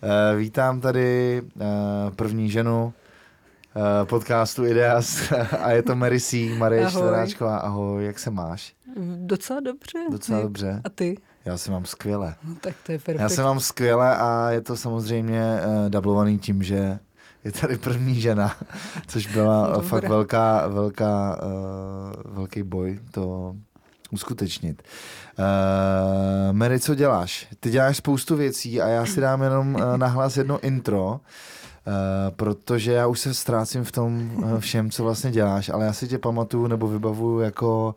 Vítám tady první ženu podcastu Ideas a je to Mary C. Marie Čtveráčková. Ahoj, jak se máš? Docela dobře. Docela dobře. A ty? Já se mám skvěle. No, tak to je perfekt. Já se mám skvěle a je to samozřejmě dublovaný tím, že je tady první žena, což byla fakt velký boj to uskutečnit. Mary, co děláš? Ty děláš spoustu věcí a já si dám jenom nahlas jedno intro, protože já už se ztrácím v tom všem, co vlastně děláš, ale já si tě pamatuju nebo vybavuju jako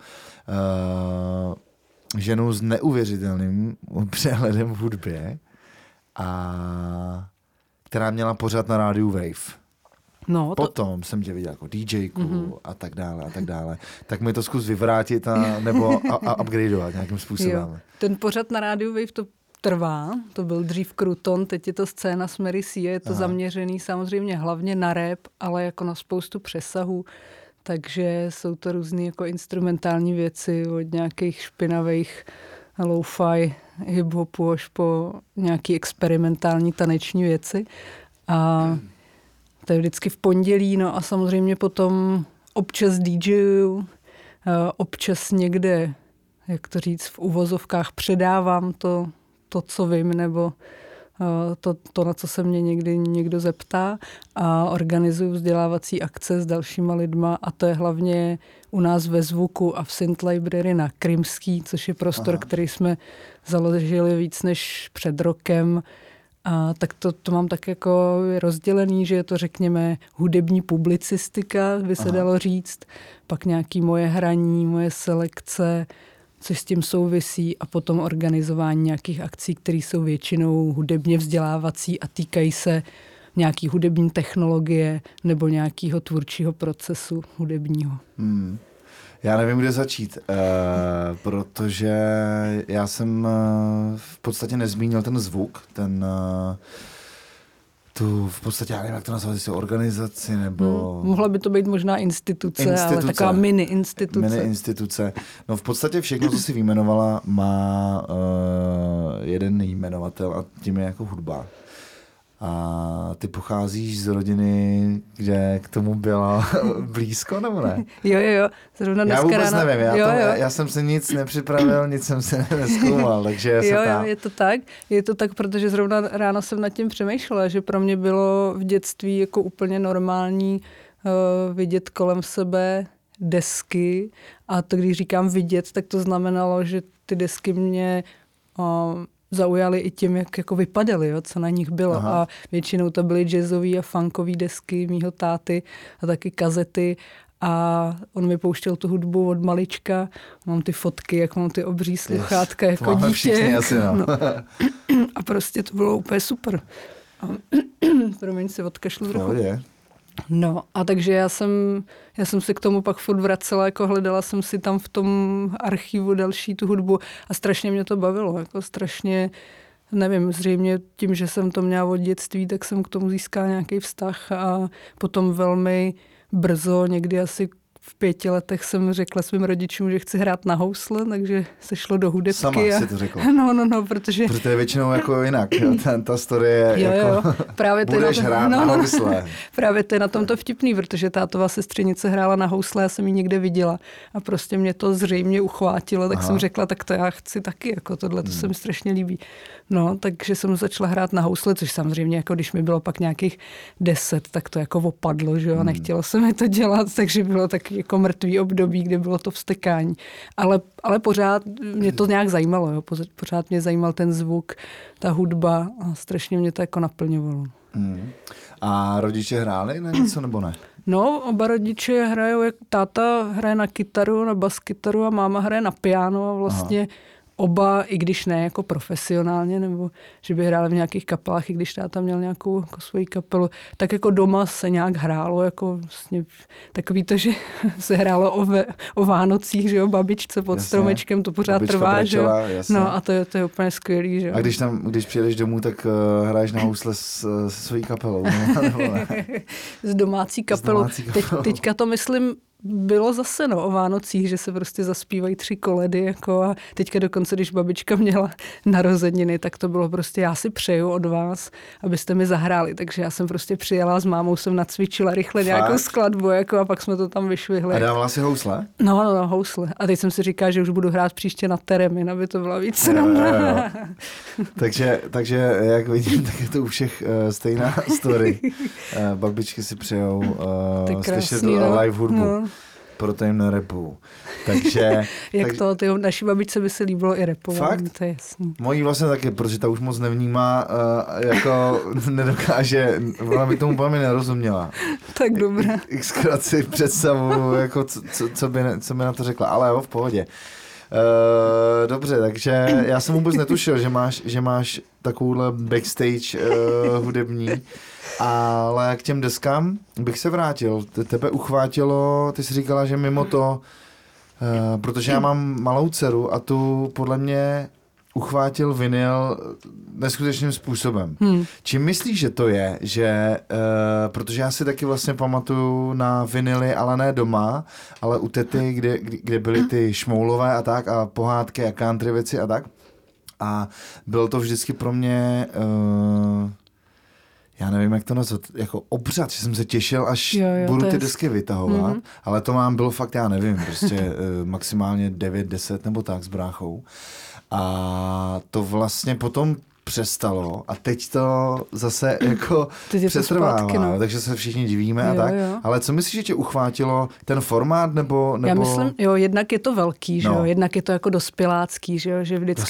ženu s neuvěřitelným přehledem v hudbě a která měla pořád na rádiu Wave. No, Potom jsem tě viděl jako DJku a tak dále. Tak mi to zkus vyvrátit nebo upgradeovat nějakým způsobem. Jo. Ten pořad na rádiu Wave to trvá, to byl dřív Kruton, teď je to scéna s Mary C. Je to zaměřený samozřejmě hlavně na rap, ale jako na spoustu přesahů. Takže jsou to různý jako instrumentální věci od nějakých špinavých lo-fi hip-hopu až po nějaký experimentální taneční věci. A to je vždycky v pondělí, no a samozřejmě potom občas DJuju, občas někde, jak to říct, v uvozovkách předávám to co vím, nebo to, na co se mě někdy někdo zeptá a organizuju vzdělávací akce s dalšíma lidma a to je hlavně u nás ve Zvuku a v Synth Library na Krymský, což je prostor, který jsme založili víc než před rokem. A tak to mám tak jako rozdělený, že je to, řekněme, hudební publicistika, by se dalo říct, pak nějaký moje hraní, moje selekce, což s tím souvisí a potom organizování nějakých akcí, které jsou většinou hudebně vzdělávací a týkají se nějaký hudební technologie nebo nějakého tvůrčího procesu hudebního. Já nevím, kde začít, protože já jsem v podstatě nezmínil ten zvuk, tu v podstatě, já nevím, jak to nazvat, jestli organizaci, nebo... Mohla by to být možná instituce, ale taková mini-instituce. Mini-instituce. No v podstatě všechno, co jsi vyjmenovala, má jeden jmenovatel a tím je jako hudba. A ty pocházíš z rodiny, kde k tomu byla blízko, nebo ne? Jo. Zrovna já vůbec ráno... nevím, já jsem si nic nepřipravil, nic jsem se nezkoumal, takže se ptám. Je to tak, protože zrovna ráno jsem nad tím přemýšlela, že pro mě bylo v dětství jako úplně normální vidět kolem sebe desky a to, když říkám vidět, tak to znamenalo, že ty desky mě... zaujaly i tím, jak jako vypadaly, jo, co na nich bylo. A většinou to byly jazzové a funkové desky mýho táty a taky kazety. A on mi pouštěl tu hudbu od malička. Mám ty fotky, jak mám ty obří sluchátka jako dítě. Všichni asi, no. A prostě to bylo úplně super. Promiň, si odkašlu trochu. No a takže já jsem se k tomu pak furt vracela, jako hledala jsem si tam v tom archivu další tu hudbu a strašně mě to bavilo, jako strašně, nevím, zřejmě tím, že jsem to měla od dětství, tak jsem k tomu získala nějaký vztah a potom velmi brzo, někdy asi v 5 letech jsem řekla svým rodičům, že chci hrát na housle, takže se šlo do hudebky. Sama si to řekla. No, protože to je většinou jako jinak. Ta story je jako... Právě budeš hrát na housle. Právě to je na tom to vtipný, protože tátová sestřenice hrála na housle, já jsem ji někde viděla a prostě mě to zřejmě uchvátilo, tak jsem řekla, tak to já chci taky, jako tohle, to se mi strašně líbí. No, takže jsem začala hrát na housle, což samozřejmě, jako když mi bylo pak nějakých 10, tak to jako opadlo, že jo, nechtělo se mi to dělat, takže bylo taky jako mrtvý období, kde bylo to vztekání. Ale pořád mě to nějak zajímalo, jo, pořád mě zajímal ten zvuk, ta hudba a strašně mě to jako naplňovalo. A rodiče hráli na něco nebo ne? No, oba rodiče hrajou, jak táta hraje na kytaru, na baskytaru a máma hraje na piano a vlastně oba, i když ne jako profesionálně, nebo že by hráli v nějakých kapelách, i když táta měl nějakou jako svoji kapelu, tak jako doma se nějak hrálo, jako vlastně takový to, že se hrálo o Vánocích, že jo, babičce pod stromečkem, to pořád babička trvá, že jo. No a to je úplně skvělý, že jo. A když přijedeš domů, tak hraješ na housle se svojí kapelou, nebo ne? S domácí kapelou. Teďka to myslím bylo zase o Vánocích, že se prostě zaspívají 3 koledy jako a teďka dokonce, když babička měla narozeniny, tak to bylo prostě já si přeju od vás, abyste mi zahráli, takže já jsem prostě přijela s mámou, jsem nacvičila rychle nějakou skladbu jako, a pak jsme to tam vyšvihli. A dávala si housle? No, housle. A teď jsem si říkala, že už budu hrát příště na teremin, aby to byla víc. Takže jak vidím, tak je to u všech stejná story. Babičky si přejou slyšet live hudbu, proto jim nerepou. Takže... naší babičce by se líbilo i repovat. Fakt? To je jasný. Mojí vlastně taky, protože ta už moc nevnímá, jako nedokáže, ona by tomu úplně nerozuměla. Tak dobré. Xkrát si představu, jako co by na to řekla, ale jo, v pohodě. Dobře, takže já jsem vůbec netušil, že máš takovouhle backstage hudební, ale k těm deskám bych se vrátil. Tebe uchvátilo, ty jsi říkala, že mimo to, protože já mám malou dceru a tu podle mě uchvátil vinyl neskutečným způsobem. Čím myslíš, že to je? Že, protože já si taky vlastně pamatuju na vinyly, ale ne doma, ale u tety, kde byly ty šmoulové a tak a pohádky a country věci a tak. A bylo to vždycky pro mě... já nevím, jak to nazvat, jako obřad, že jsem se těšil, až budu ty desky vytahovat, ale to bylo fakt, já nevím, prostě maximálně 9, 10 nebo tak s bráchou. A to vlastně potom přestalo a teď to zase jako přetrvává, takže se všichni divíme a tak. Ale co myslíš, že tě uchvátilo ten formát nebo... Já myslím, jednak je to velký, že jo, jednak je to jako dospělácký, že jo, že vždycky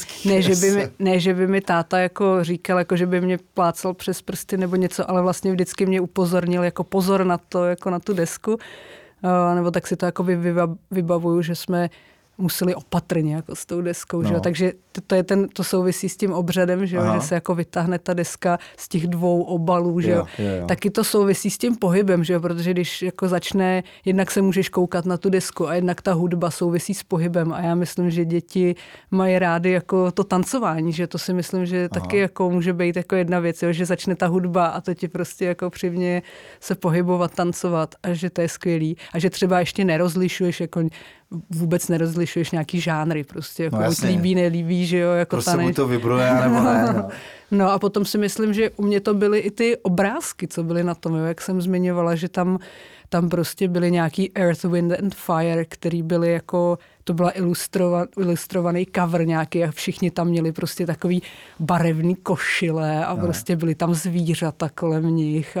ne, že by mi táta jako říkal, jako že by mě plácal přes prsty nebo něco, ale vlastně vždycky mě upozornil jako pozor na to, jako na tu desku, nebo tak si to jako vybavuju, že jsme museli opatrně jako s tou deskou, že jo? Takže to souvisí s tím obřadem, že jo? Že se jako vytáhne ta deska z těch 2 obalů, že jo? Taky to souvisí s tím pohybem, že jo? Protože když jako začne, jednak se můžeš koukat na tu desku a jednak ta hudba souvisí s pohybem a já myslím, že děti mají rády jako to tancování, že to si myslím, že taky jako může být jako jedna věc, jo? Že začne ta hudba a to ti prostě jako přivně se pohybovat, tancovat a že to je skvělý a že třeba ještě nerozlišuješ jako vůbec nerozlišuješ nějaký žánry, prostě jako líbí, nelíbí, že jo, jako prostě buď to vibruje, nebo ne. No a potom si myslím, že u mě to byly i ty obrázky, co byly na tom, jo, jak jsem zmiňovala, že tam prostě byly nějaký Earth, Wind and Fire, který byly jako, to byla ilustrovaný cover nějaký a všichni tam měli prostě takový barevný košile a prostě byly tam zvířata kolem nich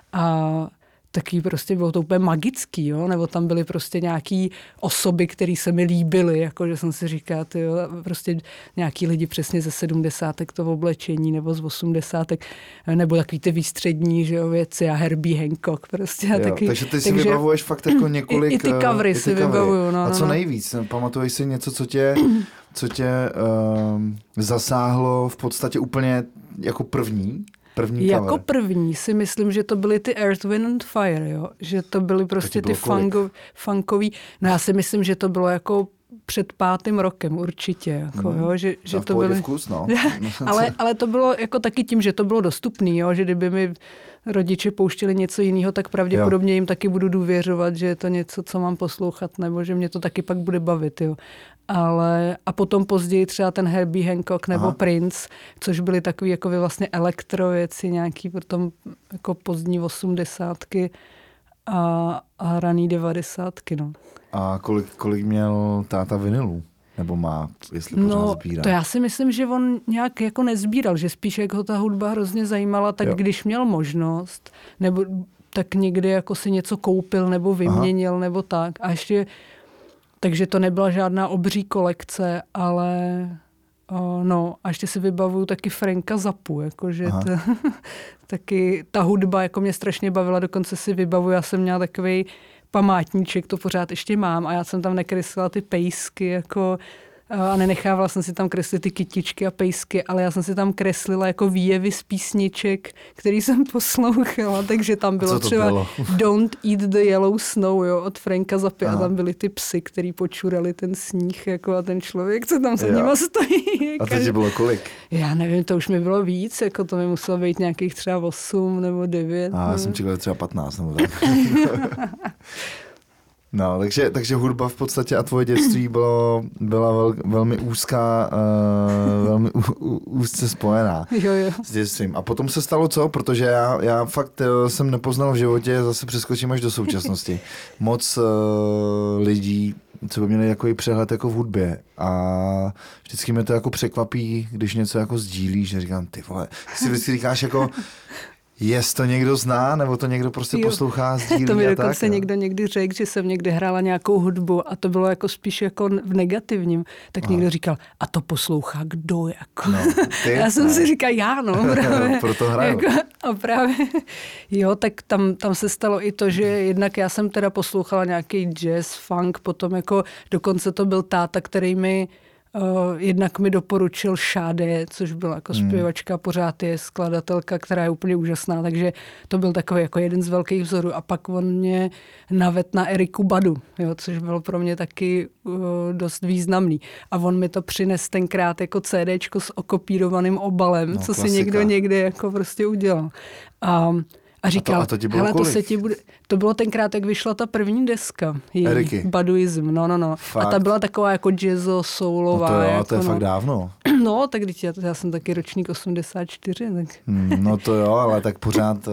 a taky prostě bylo to úplně magický, jo? Nebo tam byly prostě nějaký osoby, které se mi líbily, jako že jsem si říkala, jo, prostě nějaký lidi přesně ze 70. to v oblečení, nebo z 80. nebo takový ty výstřední, že jo, věci a Herbie Hancock prostě. Jo, taky, takže ty si vybavuješ fakt jako několik... I ty covery si vybavuju. No, a co nejvíc? Pamatuješ si něco, co tě zasáhlo v podstatě úplně jako první? Jako první si myslím, že to byly ty Earth, Wind and Fire, jo? Že to byly prostě ty funkový. No já si myslím, že to bylo jako před 5. rokem určitě. Jako, jo? Že to byly... vkus, no. ale to bylo jako taky tím, že to bylo dostupný, jo? Že kdyby mi rodiče pouštěli něco jiného, tak pravděpodobně jim taky budu důvěřovat, že je to něco, co mám poslouchat, nebo že mě to taky pak bude bavit, jo. A potom později třeba ten Herbie Hancock nebo Prince, což byly takový jako vlastně elektrověci, nějaký potom jako pozdní 80. a raný 90. No. A kolik měl táta vinylů? Nebo má, jestli pořád sbírá? To já si myslím, že on nějak jako nezbíral, že spíš jak ho ta hudba hrozně zajímala, tak když měl možnost, nebo tak někdy jako si něco koupil nebo vyměnil nebo tak. A ještě, takže to nebyla žádná obří kolekce, ale a ještě si vybavuju taky Franka Zappu, jakože taky ta hudba jako mě strašně bavila, dokonce si vybavuju, já jsem měla takovej památníček, to pořád ještě mám a já jsem tam nakreslila ty pejsky jako, a nenechávala jsem si tam kreslit ty kytičky a pejsky, ale já jsem si tam kreslila jako výjevy z písniček, který jsem poslouchala, takže tam bylo třeba Don't Eat the Yellow Snow, jo, od Franka Zappy a tam byly ty psy, který počurali ten sníh jako a ten člověk, co tam za nima stojí. A teď bylo kolik? Já nevím, to už mi bylo víc, jako to mi muselo být nějakých třeba 8 nebo 9. Já jsem čekal třeba 15 nebo tak. No, takže hudba v podstatě a tvoje dětství byla velmi úzká, velmi úzce spojená s dětstvím. A potom se stalo co? Protože já fakt jsem nepoznal v životě, zase přeskočím až do současnosti, moc lidí, co by měli jako přehled jako v hudbě. A vždycky mě to jako překvapí, když něco jako sdílíš, že říkám, ty vole, si vždycky říkáš jako, jest to někdo zná, nebo to někdo prostě poslouchá, sdílí to mi a dokonce tak? někdo někdy řekl, že jsem někdy hrála nějakou hudbu a to bylo jako spíš jako v negativním. Tak někdo říkal, a to poslouchá kdo jako? No, já jsem si říkal, já no. Právě, proto hraju. Jako, a právě, jo, tak tam se stalo i to, že jednak já jsem teda poslouchala nějaký jazz, funk, potom jako dokonce to byl táta, který mi jednak mi doporučil Šáde, což byla jako zpěvačka, pořád je skladatelka, která je úplně úžasná, takže to byl takový jako jeden z velkých vzorů. A pak on mě navedl na Eriku Badu, jo, což bylo pro mě taky dost významný. A on mi to přines tenkrát jako CDčko s okopírovaným obalem, co klasika. Si někdo někde jako prostě udělal. A říkal, hele, to se ti bude... To bylo tenkrát, jak vyšla ta první deska. Eriky. Baduism, no. Fakt. A ta byla taková jako jazzo, soulová. No to jo, jako, to je fakt dávno. No, tak když já jsem taky ročník 84, tak... No to jo, ale tak pořád...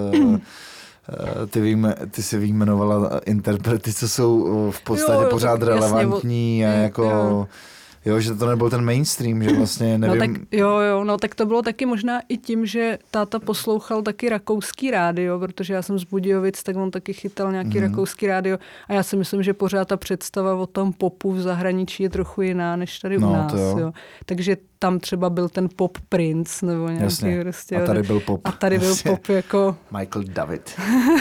Ty si vyjmenovala interprety, co jsou v podstatě pořád relevantní a jako... Jo, že to nebyl ten mainstream, že vlastně nevím... No tak, tak to bylo taky možná i tím, že táta poslouchal taky rakouský rádio, protože já jsem z Budějovic, tak on taky chytal nějaký rakouský rádio a já si myslím, že pořád ta představa o tom popu v zahraničí je trochu jiná, než tady u nás. Jo. Takže tam třeba byl ten pop prince, nebo nějaký jasně. Prostě... A tady byl pop. A tady byl pop jako... Michael David.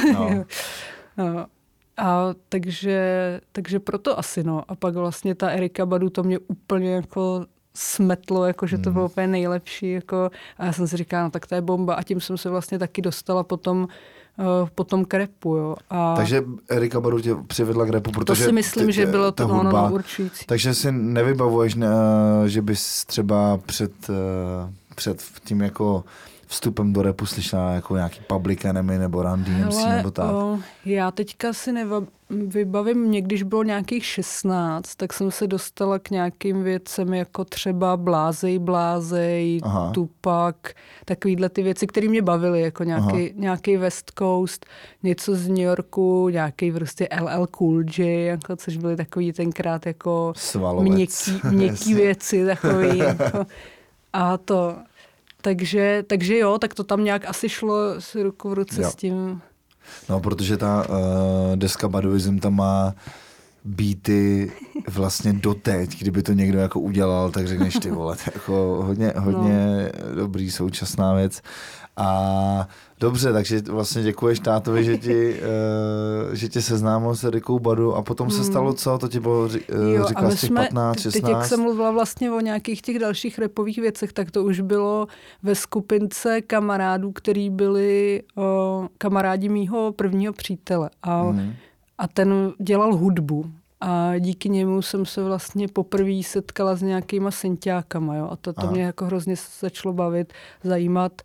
No. A takže proto asi, no. A pak vlastně ta Erika Badu to mě úplně jako smetlo, jako že to bylo úplně nejlepší, jako a já jsem si říkala, no tak to je bomba a tím jsem se vlastně taky dostala potom k rapu, jo. Takže Erika Badu tě přivedla k rapu, protože... To si myslím, že bylo to hudba, určující. Takže si nevybavuješ, že bys třeba před tím jako vstupem do rapu slyšela jako nějaký Public Enemy nebo Run DMC nebo tak? Já teďka si vybavím, mě když bylo nějakých 16, tak jsem se dostala k nějakým věcem jako třeba Blázej, Tupac, takovýhle ty věci, které mě bavily, jako nějaký West Coast, něco z New Yorku, nějaký prostě LL Cool J, jako, což byly takový tenkrát jako měkký věci, takový. Jako, a to... Takže jo, tak to tam nějak asi šlo ruku v ruce s tím. No, protože ta deska Baduism tam má beaty vlastně doteď, kdyby to někdo jako udělal, tak řekneš ty vole, jako hodně dobrý současná věc. A dobře, takže vlastně děkuješ tátovi, že tě seznámil s Erikou Badu a potom se stalo co? To ti bylo, říkala jsi 15, 16? Teď, jak jsem mluvila vlastně o nějakých těch dalších rapových věcech, tak to už bylo ve skupince kamarádů, který byli kamarádi mýho prvního přítele. A ten dělal hudbu. A díky němu jsem se vlastně poprvé setkala s nějakýma synťákama. Jo? A to mě jako hrozně začalo bavit, zajímat.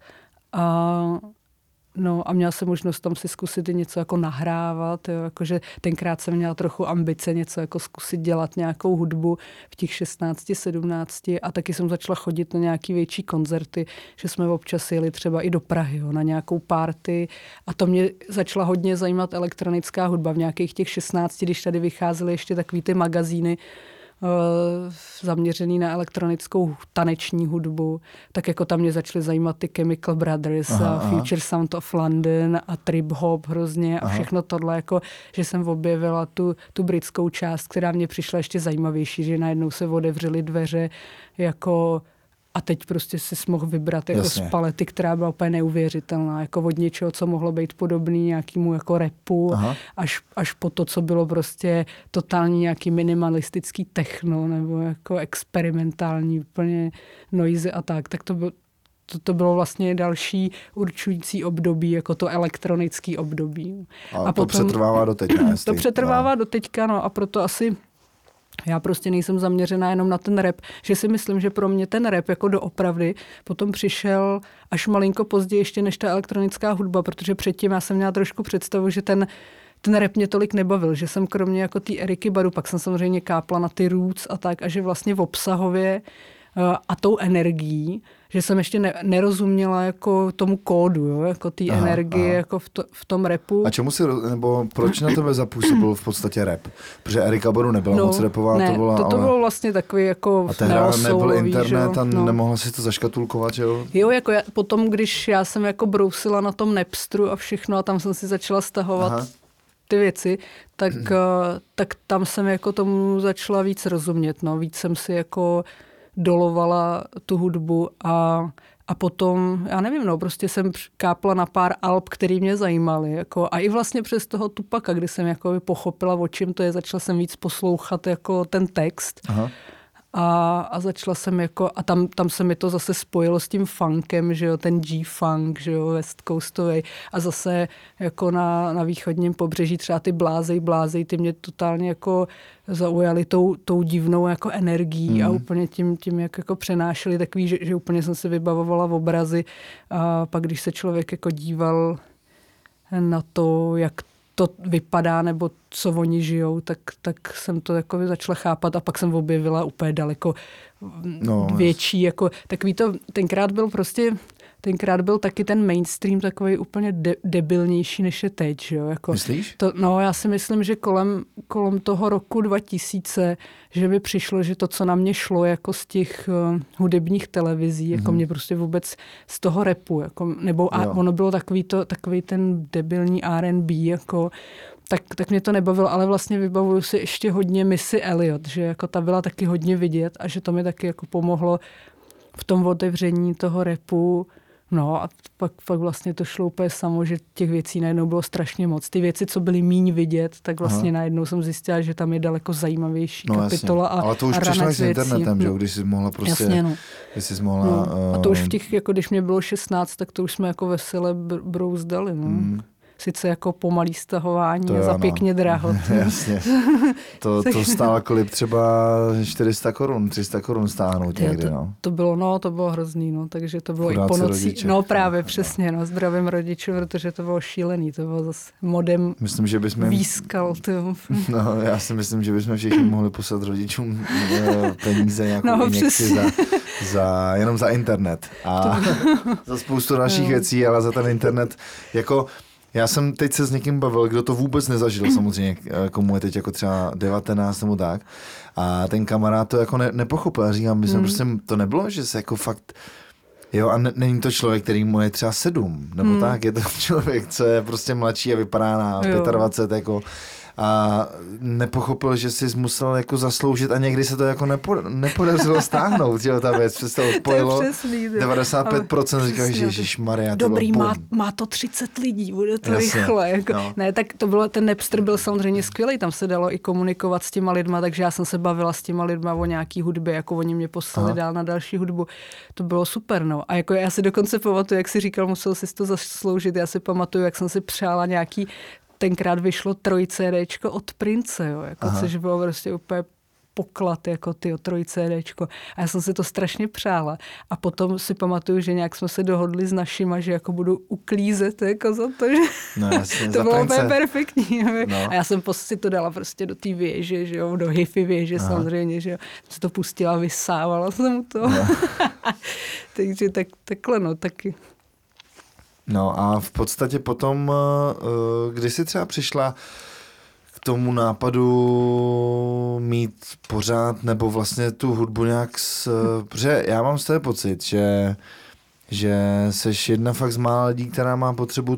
A měla jsem možnost tam si zkusit i něco jako nahrávat, jo, jakože tenkrát jsem měla trochu ambice něco jako zkusit dělat nějakou hudbu v těch 16, 17 a taky jsem začala chodit na nějaký větší koncerty, že jsme občas jeli třeba i do Prahy, jo, na nějakou party a to mě začala hodně zajímat elektronická hudba v nějakých těch 16, když tady vycházely ještě takový ty magazíny, zaměřený na elektronickou taneční hudbu, tak jako tam mě začaly zajímat ty Chemical Brothers a Future Sound of London a Trip Hop hrozně a všechno tohle, jako, že jsem objevila tu britskou část, která mě přišla ještě zajímavější, že najednou se otevřely dveře jako a teď prostě si mohl vybrat jako z palety, která byla úplně neuvěřitelná, jako od něčeho, co mohlo být podobný nějakému jako rapu, až po to, co bylo prostě totální nějaký minimalistický techno, nebo jako experimentální úplně noise a tak to bylo vlastně další určující období, jako to elektronický období. A to přetrvává doteď, ne? To přetrvává doteďka, no a proto asi já prostě nejsem zaměřená jenom na ten rap, že si myslím, že pro mě ten rap jako doopravdy potom přišel až malinko později ještě než ta elektronická hudba, protože předtím já jsem měla trošku představu, že ten rap mě tolik nebavil, že jsem kromě jako té Eriky Badu, pak jsem samozřejmě kápla na ty Roots a tak, a že vlastně v obsahově a tou energií, že jsem ještě nerozuměla jako tomu kódu, jo? Jako té energie jako v tom rapu. A čemu nebo proč na tebe zapůsobil v podstatě rap? Protože Erika Badu nebyla moc rapová, ne, to byla, to bylo vlastně takový jako a tehdy nebyl internet a nemohla si to zaškatulkovat, jo? Jo, jako potom, když já jsem jako brousila na tom Napsteru a všechno a tam jsem si začala stahovat ty věci, tak tam jsem jako tomu začala víc rozumět, no. Víc jsem si jako dolovala tu hudbu a potom, já nevím, no, prostě jsem kápla na pár alb, který mě zajímaly. Jako, a i vlastně přes toho Tupaka, kdy jsem jako pochopila, o čem to je, začala jsem víc poslouchat jako ten text. Aha. A začala jsem jako, a tam se mi to zase spojilo s tím funkem, že jo, ten G-funk, že jo, West Coastovej. A zase jako na východním pobřeží třeba ty blázej, ty mě totálně jako zaujaly tou divnou jako energií a úplně tím jak jako přenášeli takový, že úplně jsem si vybavovala obrazy a pak když se člověk jako díval na to, jak to vypadá, nebo co oni žijou, tak jsem to jako začala chápat a pak jsem objevila úplně daleko větší, jako takový to, tenkrát byl taky ten mainstream takový úplně debilnější, než je teď, že jo. Jako myslíš? Já si myslím, že kolem toho roku 2000, že mi přišlo, že to, co na mě šlo jako z těch hudebních televizí, jako mě prostě vůbec z toho rapu, jako, nebo ono bylo takový ten debilní R&B, jako, tak mě to nebavilo, ale vlastně vybavuju si ještě hodně Missy Elliott, že jako ta byla taky hodně vidět a že to mi taky jako pomohlo v tom otevření toho rapu. No a pak vlastně to šlo úplně samo, že těch věcí najednou bylo strašně moc. Ty věci, co byly míň vidět, tak vlastně najednou jsem zjistila, že tam je daleko zajímavější kapitola a ale to už přišlo s internetem, že jo, když jsi mohla prostě... Jasně, no. Když jsi mohla... A to už v těch, jako když mě bylo 16, tak to už jsme jako vesele brouzdali, no. Sice jako pomalý stahování a za pěkně draho. Jasně. To stálo kolik třeba 400 korun, 300 korun stáhnout někdy, no. To bylo hrozný, no, takže to bylo Chudáci i po noci. Rodiče. No právě, přesně, no, zdravím rodičů, protože to bylo šílený, to bylo zase modem výskal. No, já si myslím, že bychom všichni mohli poslat rodičům peníze, nějakou injekci jenom za internet. A za spoustu dalších věcí, ale za ten internet, jako... Já jsem teď se s někým bavil, kdo to vůbec nezažil samozřejmě, komu je teď jako třeba 19 nebo tak. A ten kamarád to jako nepochopil. Já říkám, prostě to nebylo, že se jako fakt... Jo, a není to člověk, který mu je třeba 7, nebo tak. Je to člověk, co je prostě mladší a vypadá na 25, jako... A nepochopil, že jsi musel jako zasloužit a někdy se to jako nepodařilo stáhnout, že jo, ta věc. Přes to odpojilo 95%, říkáš, že ježišmarja, to dobrý, má to 30 lidí, bude to rychle. Jako. No. Ne, tak to bylo, ten Napster byl samozřejmě skvělý, tam se dalo i komunikovat s těma lidma, takže já jsem se bavila s těma lidma o nějaký hudbě, jako oni mě poslali dál na další hudbu. To bylo super, no. A jako já si dokonce pamatuju, jak jsi říkal, musel jsi to zasloužit, já si pamatuju, jak jsem si přála nějaký. Tenkrát vyšlo 3 CDčko od Prince, jo, jako, což bylo prostě úplně poklad, jako 3 CDčko. A já jsem si to strašně přála. A potom si pamatuju, že nějak jsme se dohodli s našima, že jako budu uklízet jako za to, že to bylo úplně perfektní. No. A já jsem si to dala prostě do té věže, že jo, do hifi věže samozřejmě, že jo. Se to pustila, vysávala jsem to. No. Takže takhle, no, taky. No a v podstatě potom, když jsi třeba přišla k tomu nápadu mít pořád, nebo vlastně tu hudbu nějak, protože já mám z toho pocit, že seš jedna fakt z mála lidí, která má potřebu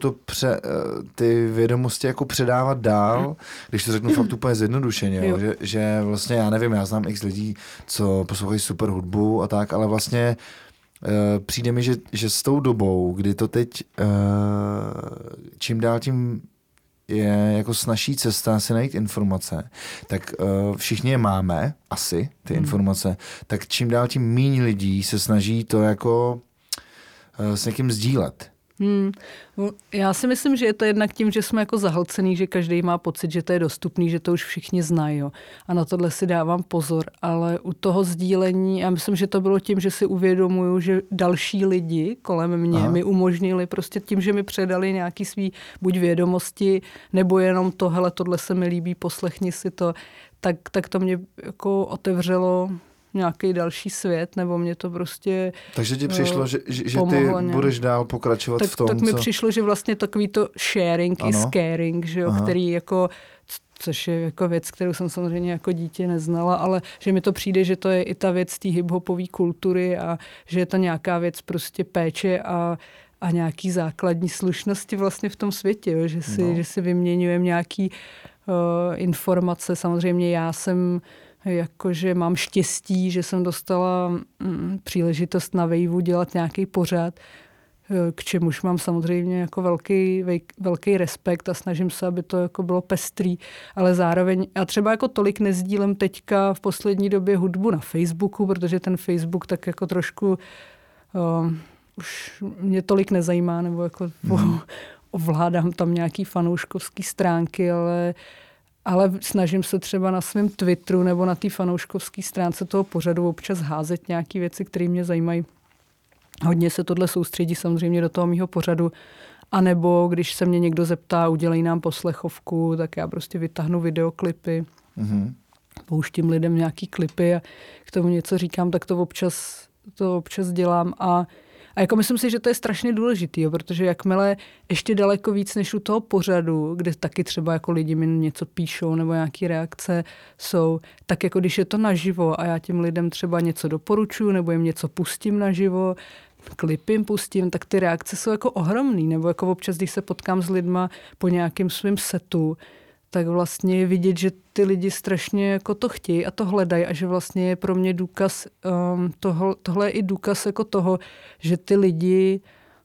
ty vědomosti jako předávat dál, když to řeknu fakt úplně zjednodušeně, jo. Že vlastně, já nevím, já znám x lidí, co poslouchají super hudbu a tak, ale vlastně přijde mi, že s tou dobou, kdy to teď čím dál tím je jako snazší cesta si najít informace, tak všichni je máme, asi, ty informace, tak čím dál tím míň lidí se snaží to jako s někým sdílet. Já si myslím, že je to jednak tím, že jsme jako zahlcený, že každý má pocit, že to je dostupný, že to už všichni znají. Jo. A na tohle si dávám pozor. Ale u toho sdílení, já myslím, že to bylo tím, že si uvědomuju, že další lidi kolem mě mi umožnili prostě tím, že mi předali nějaký svý buď vědomosti, nebo jenom to, hele, tohle se mi líbí, poslechni si to, tak to mě jako otevřelo nějaký další svět, nebo mě to prostě Takže ti přišlo, že ty budeš dál pokračovat v tom, tak mi přišlo, že vlastně takový to sharing is caring, že jo, který jako, což je jako věc, kterou jsem samozřejmě jako dítě neznala, ale že mi to přijde, že to je i ta věc té hiphopové kultury a že je to nějaká věc prostě péče a nějaký základní slušnosti vlastně v tom světě, jo, že si vyměňujeme nějaký informace. Samozřejmě já jsem jakože mám štěstí, že jsem dostala příležitost na Waveu dělat nějaký pořad, k čemuž mám samozřejmě jako velký respekt a snažím se, aby to jako bylo pestrý, ale zároveň já třeba jako tolik nezdílem teďka v poslední době hudbu na Facebooku, protože ten Facebook tak jako trošku už mě tolik nezajímá, nebo jako ovládám tam nějaký fanouškovský stránky, ale snažím se třeba na svém Twitteru nebo na té fanouškovské stránce toho pořadu občas házet nějaké věci, které mě zajímají. Hodně se tohle soustředí samozřejmě do toho mýho pořadu. A nebo když se mě někdo zeptá, udělej nám poslechovku, tak já prostě vytáhnu videoklipy, pouštím lidem nějaký klipy a k tomu něco říkám, tak to občas dělám a jako myslím si, že to je strašně důležitý, jo, protože jakmile ještě daleko víc než u toho pořadu, kde taky třeba jako lidi mi něco píšou nebo nějaké reakce jsou, tak jako když je to naživo a já těm lidem třeba něco doporučuji nebo jim něco pustím naživo, klip jim pustím, tak ty reakce jsou jako ohromný. Nebo jako občas, když se potkám s lidma po nějakém svém setu, tak vlastně je vidět, že ty lidi strašně jako to chtějí a to hledají a že vlastně je pro mě důkaz, tohle je i důkaz jako toho, že ty lidi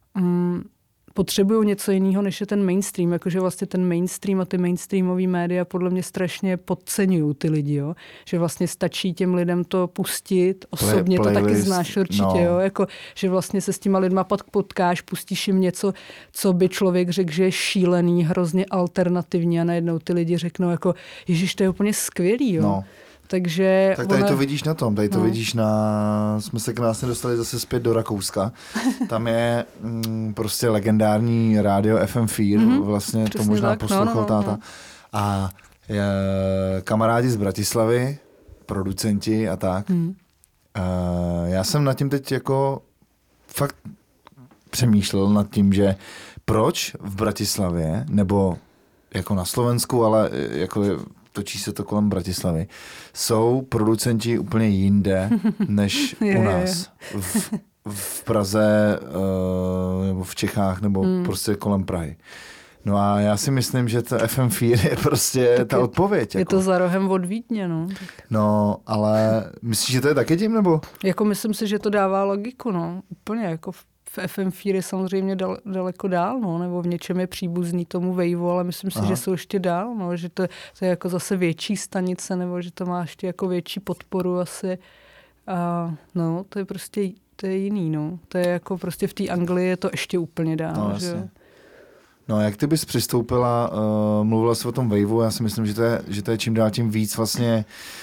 potřebují něco jiného, než je ten mainstream. Jakože vlastně ten mainstream a ty mainstreamové média podle mě strašně podceňují ty lidi, jo? Že vlastně stačí těm lidem to pustit. Osobně to taky znáš určitě, jo? Jako, že vlastně se s těma lidma pak potkáš, pustíš jim něco, co by člověk řekl, že je šílený, hrozně alternativní a najednou ty lidi řeknou jako, ježiš, to je úplně skvělý, jo? No. Takže tak tady to vidíš na tom, tady to vidíš jsme se krásně dostali zase zpět do Rakouska. Tam je prostě legendární rádio FM4, vlastně přesně to možná poslouchal táta. A kamarádi z Bratislavy, producenti a tak. Já jsem nad tím teď jako fakt přemýšlel nad tím, že proč v Bratislavě, nebo jako na Slovensku, ale jako točí se to kolem Bratislavy, jsou producenti úplně jinde, než u nás. V Praze, nebo v Čechách, nebo prostě kolem Prahy. No a já si myslím, že to FM4 je prostě ta odpověď. Je jako. To za rohem od Vídně, no. No, ale myslíš, že to je taky tím, nebo? Jako myslím si, že to dává logiku, no. Úplně, jako v FM4 je samozřejmě daleko dál, no, nebo v něčem je příbuzný tomu Waveu, ale myslím si, že jsou ještě dál, no, že to je jako zase větší stanice, nebo že to má ještě jako větší podporu asi. A no, to je prostě, to je jiný, no. To je jako prostě v té Anglii je to ještě úplně dál, no, že? No, jak ty bys přistoupila, mluvila jsi o tom Waveu, já si myslím, že to je čím dál tím víc vlastně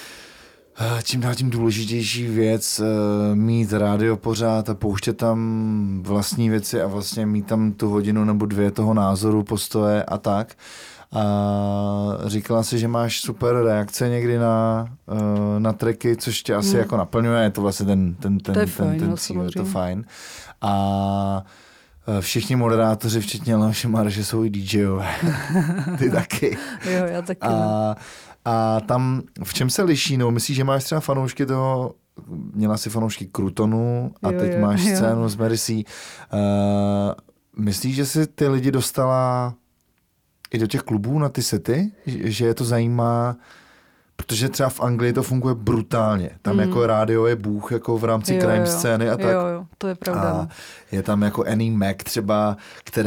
čím dál tím důležitější věc mít rádio pořád a pouštět tam vlastní věci a vlastně mít tam tu hodinu nebo dvě toho názoru, postoje a tak. A říkala si, že máš super reakce někdy na tracky, což tě asi jako naplňuje, je to vlastně ten cíl, je to fajn. A všichni moderátoři, včetně Leoše Marže, jsou i DJové. Ty taky. Jo, já taky. A tam v čem se liší? No, myslíš, že máš třeba fanoušky toho, měla si fanoušky Krutonu a teď máš scénu z Mercy. Myslíš, že si ty lidi dostala i do těch klubů na ty sety? Že je to zajímá protože třeba v Anglii to funguje brutálně. Tam jako rádio je bůh jako v rámci crime scény a tak. Jo, to je pravda. A je tam jako Annie Mac třeba,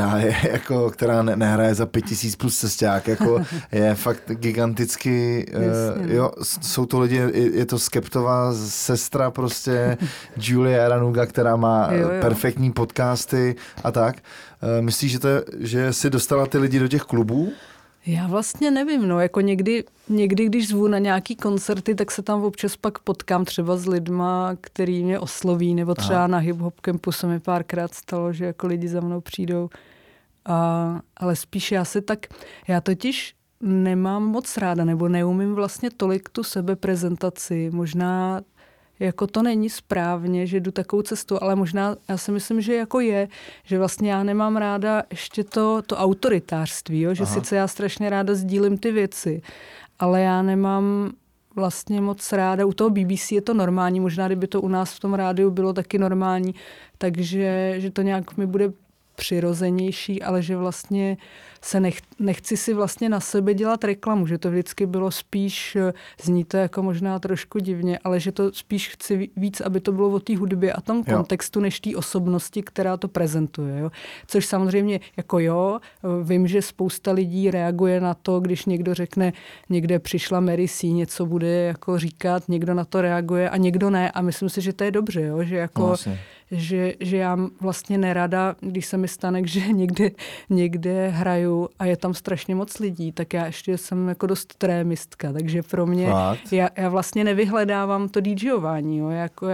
která nehraje za 5000 plus cesták, jako je fakt giganticky, jo, jsou to lidi, je to Skeptová sestra prostě, Julia Ranuga, která má perfektní podcasty a tak. Myslíš, že jsi dostala ty lidi do těch klubů? Já vlastně nevím, no, jako někdy, když zvu na nějaký koncerty, tak se tam občas pak potkám třeba s lidma, který mě osloví, nebo třeba na Hip Hop Campu se mi párkrát stalo, že jako lidi za mnou přijdou. Ale spíš já totiž nemám moc ráda, nebo neumím vlastně tolik tu sebeprezentaci, možná jako to není správně, že jdu takovou cestu, ale možná já si myslím, že jako že vlastně já nemám ráda ještě to autoritářství, jo? Že sice já strašně ráda sdílím ty věci, ale já nemám vlastně moc ráda, u toho BBC je to normální, možná kdyby to u nás v tom rádiu bylo taky normální, takže že to nějak mi bude přirozenější, ale že vlastně nechci si vlastně na sebe dělat reklamu, že to vždycky bylo spíš, zní to jako možná trošku divně, ale že to spíš chci víc, aby to bylo o té hudbě a tom kontextu, než té osobnosti, která to prezentuje. Jo. Což samozřejmě jako vím, že spousta lidí reaguje na to, když někdo řekne, někde přišla Mary C, něco bude jako říkat, někdo na to reaguje a někdo ne a myslím si, že to je dobře, jo, že jako že já vlastně nerada, když se mi stane, že někde hraju a je tam strašně moc lidí, tak já ještě jsem jako dost trémistka, takže pro mě, já vlastně nevyhledávám to DJování, jo, jako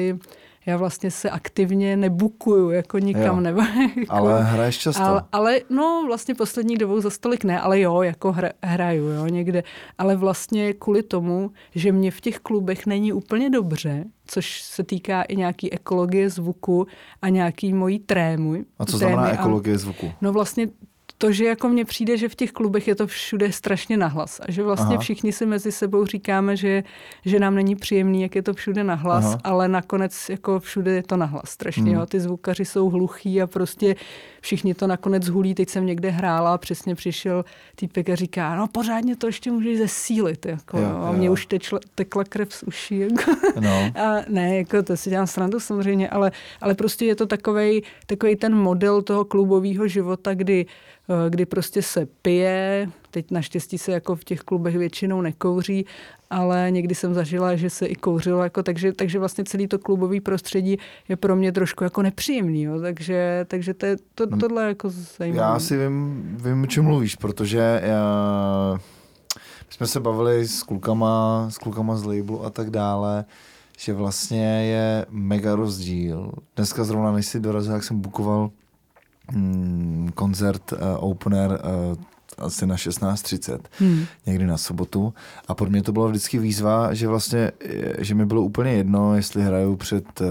já vlastně se aktivně nebukuju, jako nikam nebo... Jako, ale hraješ často. Ale no vlastně poslední dobou za stolik ne, ale jako hraju, jo, někde. Ale vlastně kvůli tomu, že mě v těch klubech není úplně dobře, což se týká i nějaký ekologie zvuku a nějaký mojí trémy. A co znamená ekologie zvuku? No vlastně to, že jako mně přijde, že v těch klubech je to všude strašně nahlas a že vlastně všichni si mezi sebou říkáme, že nám není příjemný, jak je to všude nahlas, ale nakonec jako všude je to nahlas strašně. Jo? Ty zvukaři jsou hluchý a prostě všichni to nakonec hulí. Teď jsem někde hrála a přesně přišel týpek a říká, no pořádně to ještě můžeš zesílit. Jako, a mě už tekla krev z uší. Jako. No. A ne, jako to si dělám srandu samozřejmě, ale prostě je to takovej ten model toho klubového života, kdy prostě se pije, teď naštěstí se jako v těch klubech většinou nekouří, ale někdy jsem zažila, že se i kouřilo, jako, takže vlastně celý to klubový prostředí je pro mě trošku jako nepříjemný, jo, takže tohle jako zajímavé. Já si vím, o čem mluvíš, protože my jsme se bavili s klukama z labelu a tak dále, že vlastně je mega rozdíl. Dneska zrovna, než si dorazil, jak jsem bukoval koncert opener asi na 16:30, někdy na sobotu. A pro mě to bylo vždycky výzva, že vlastně, že mi bylo úplně jedno, jestli hraju před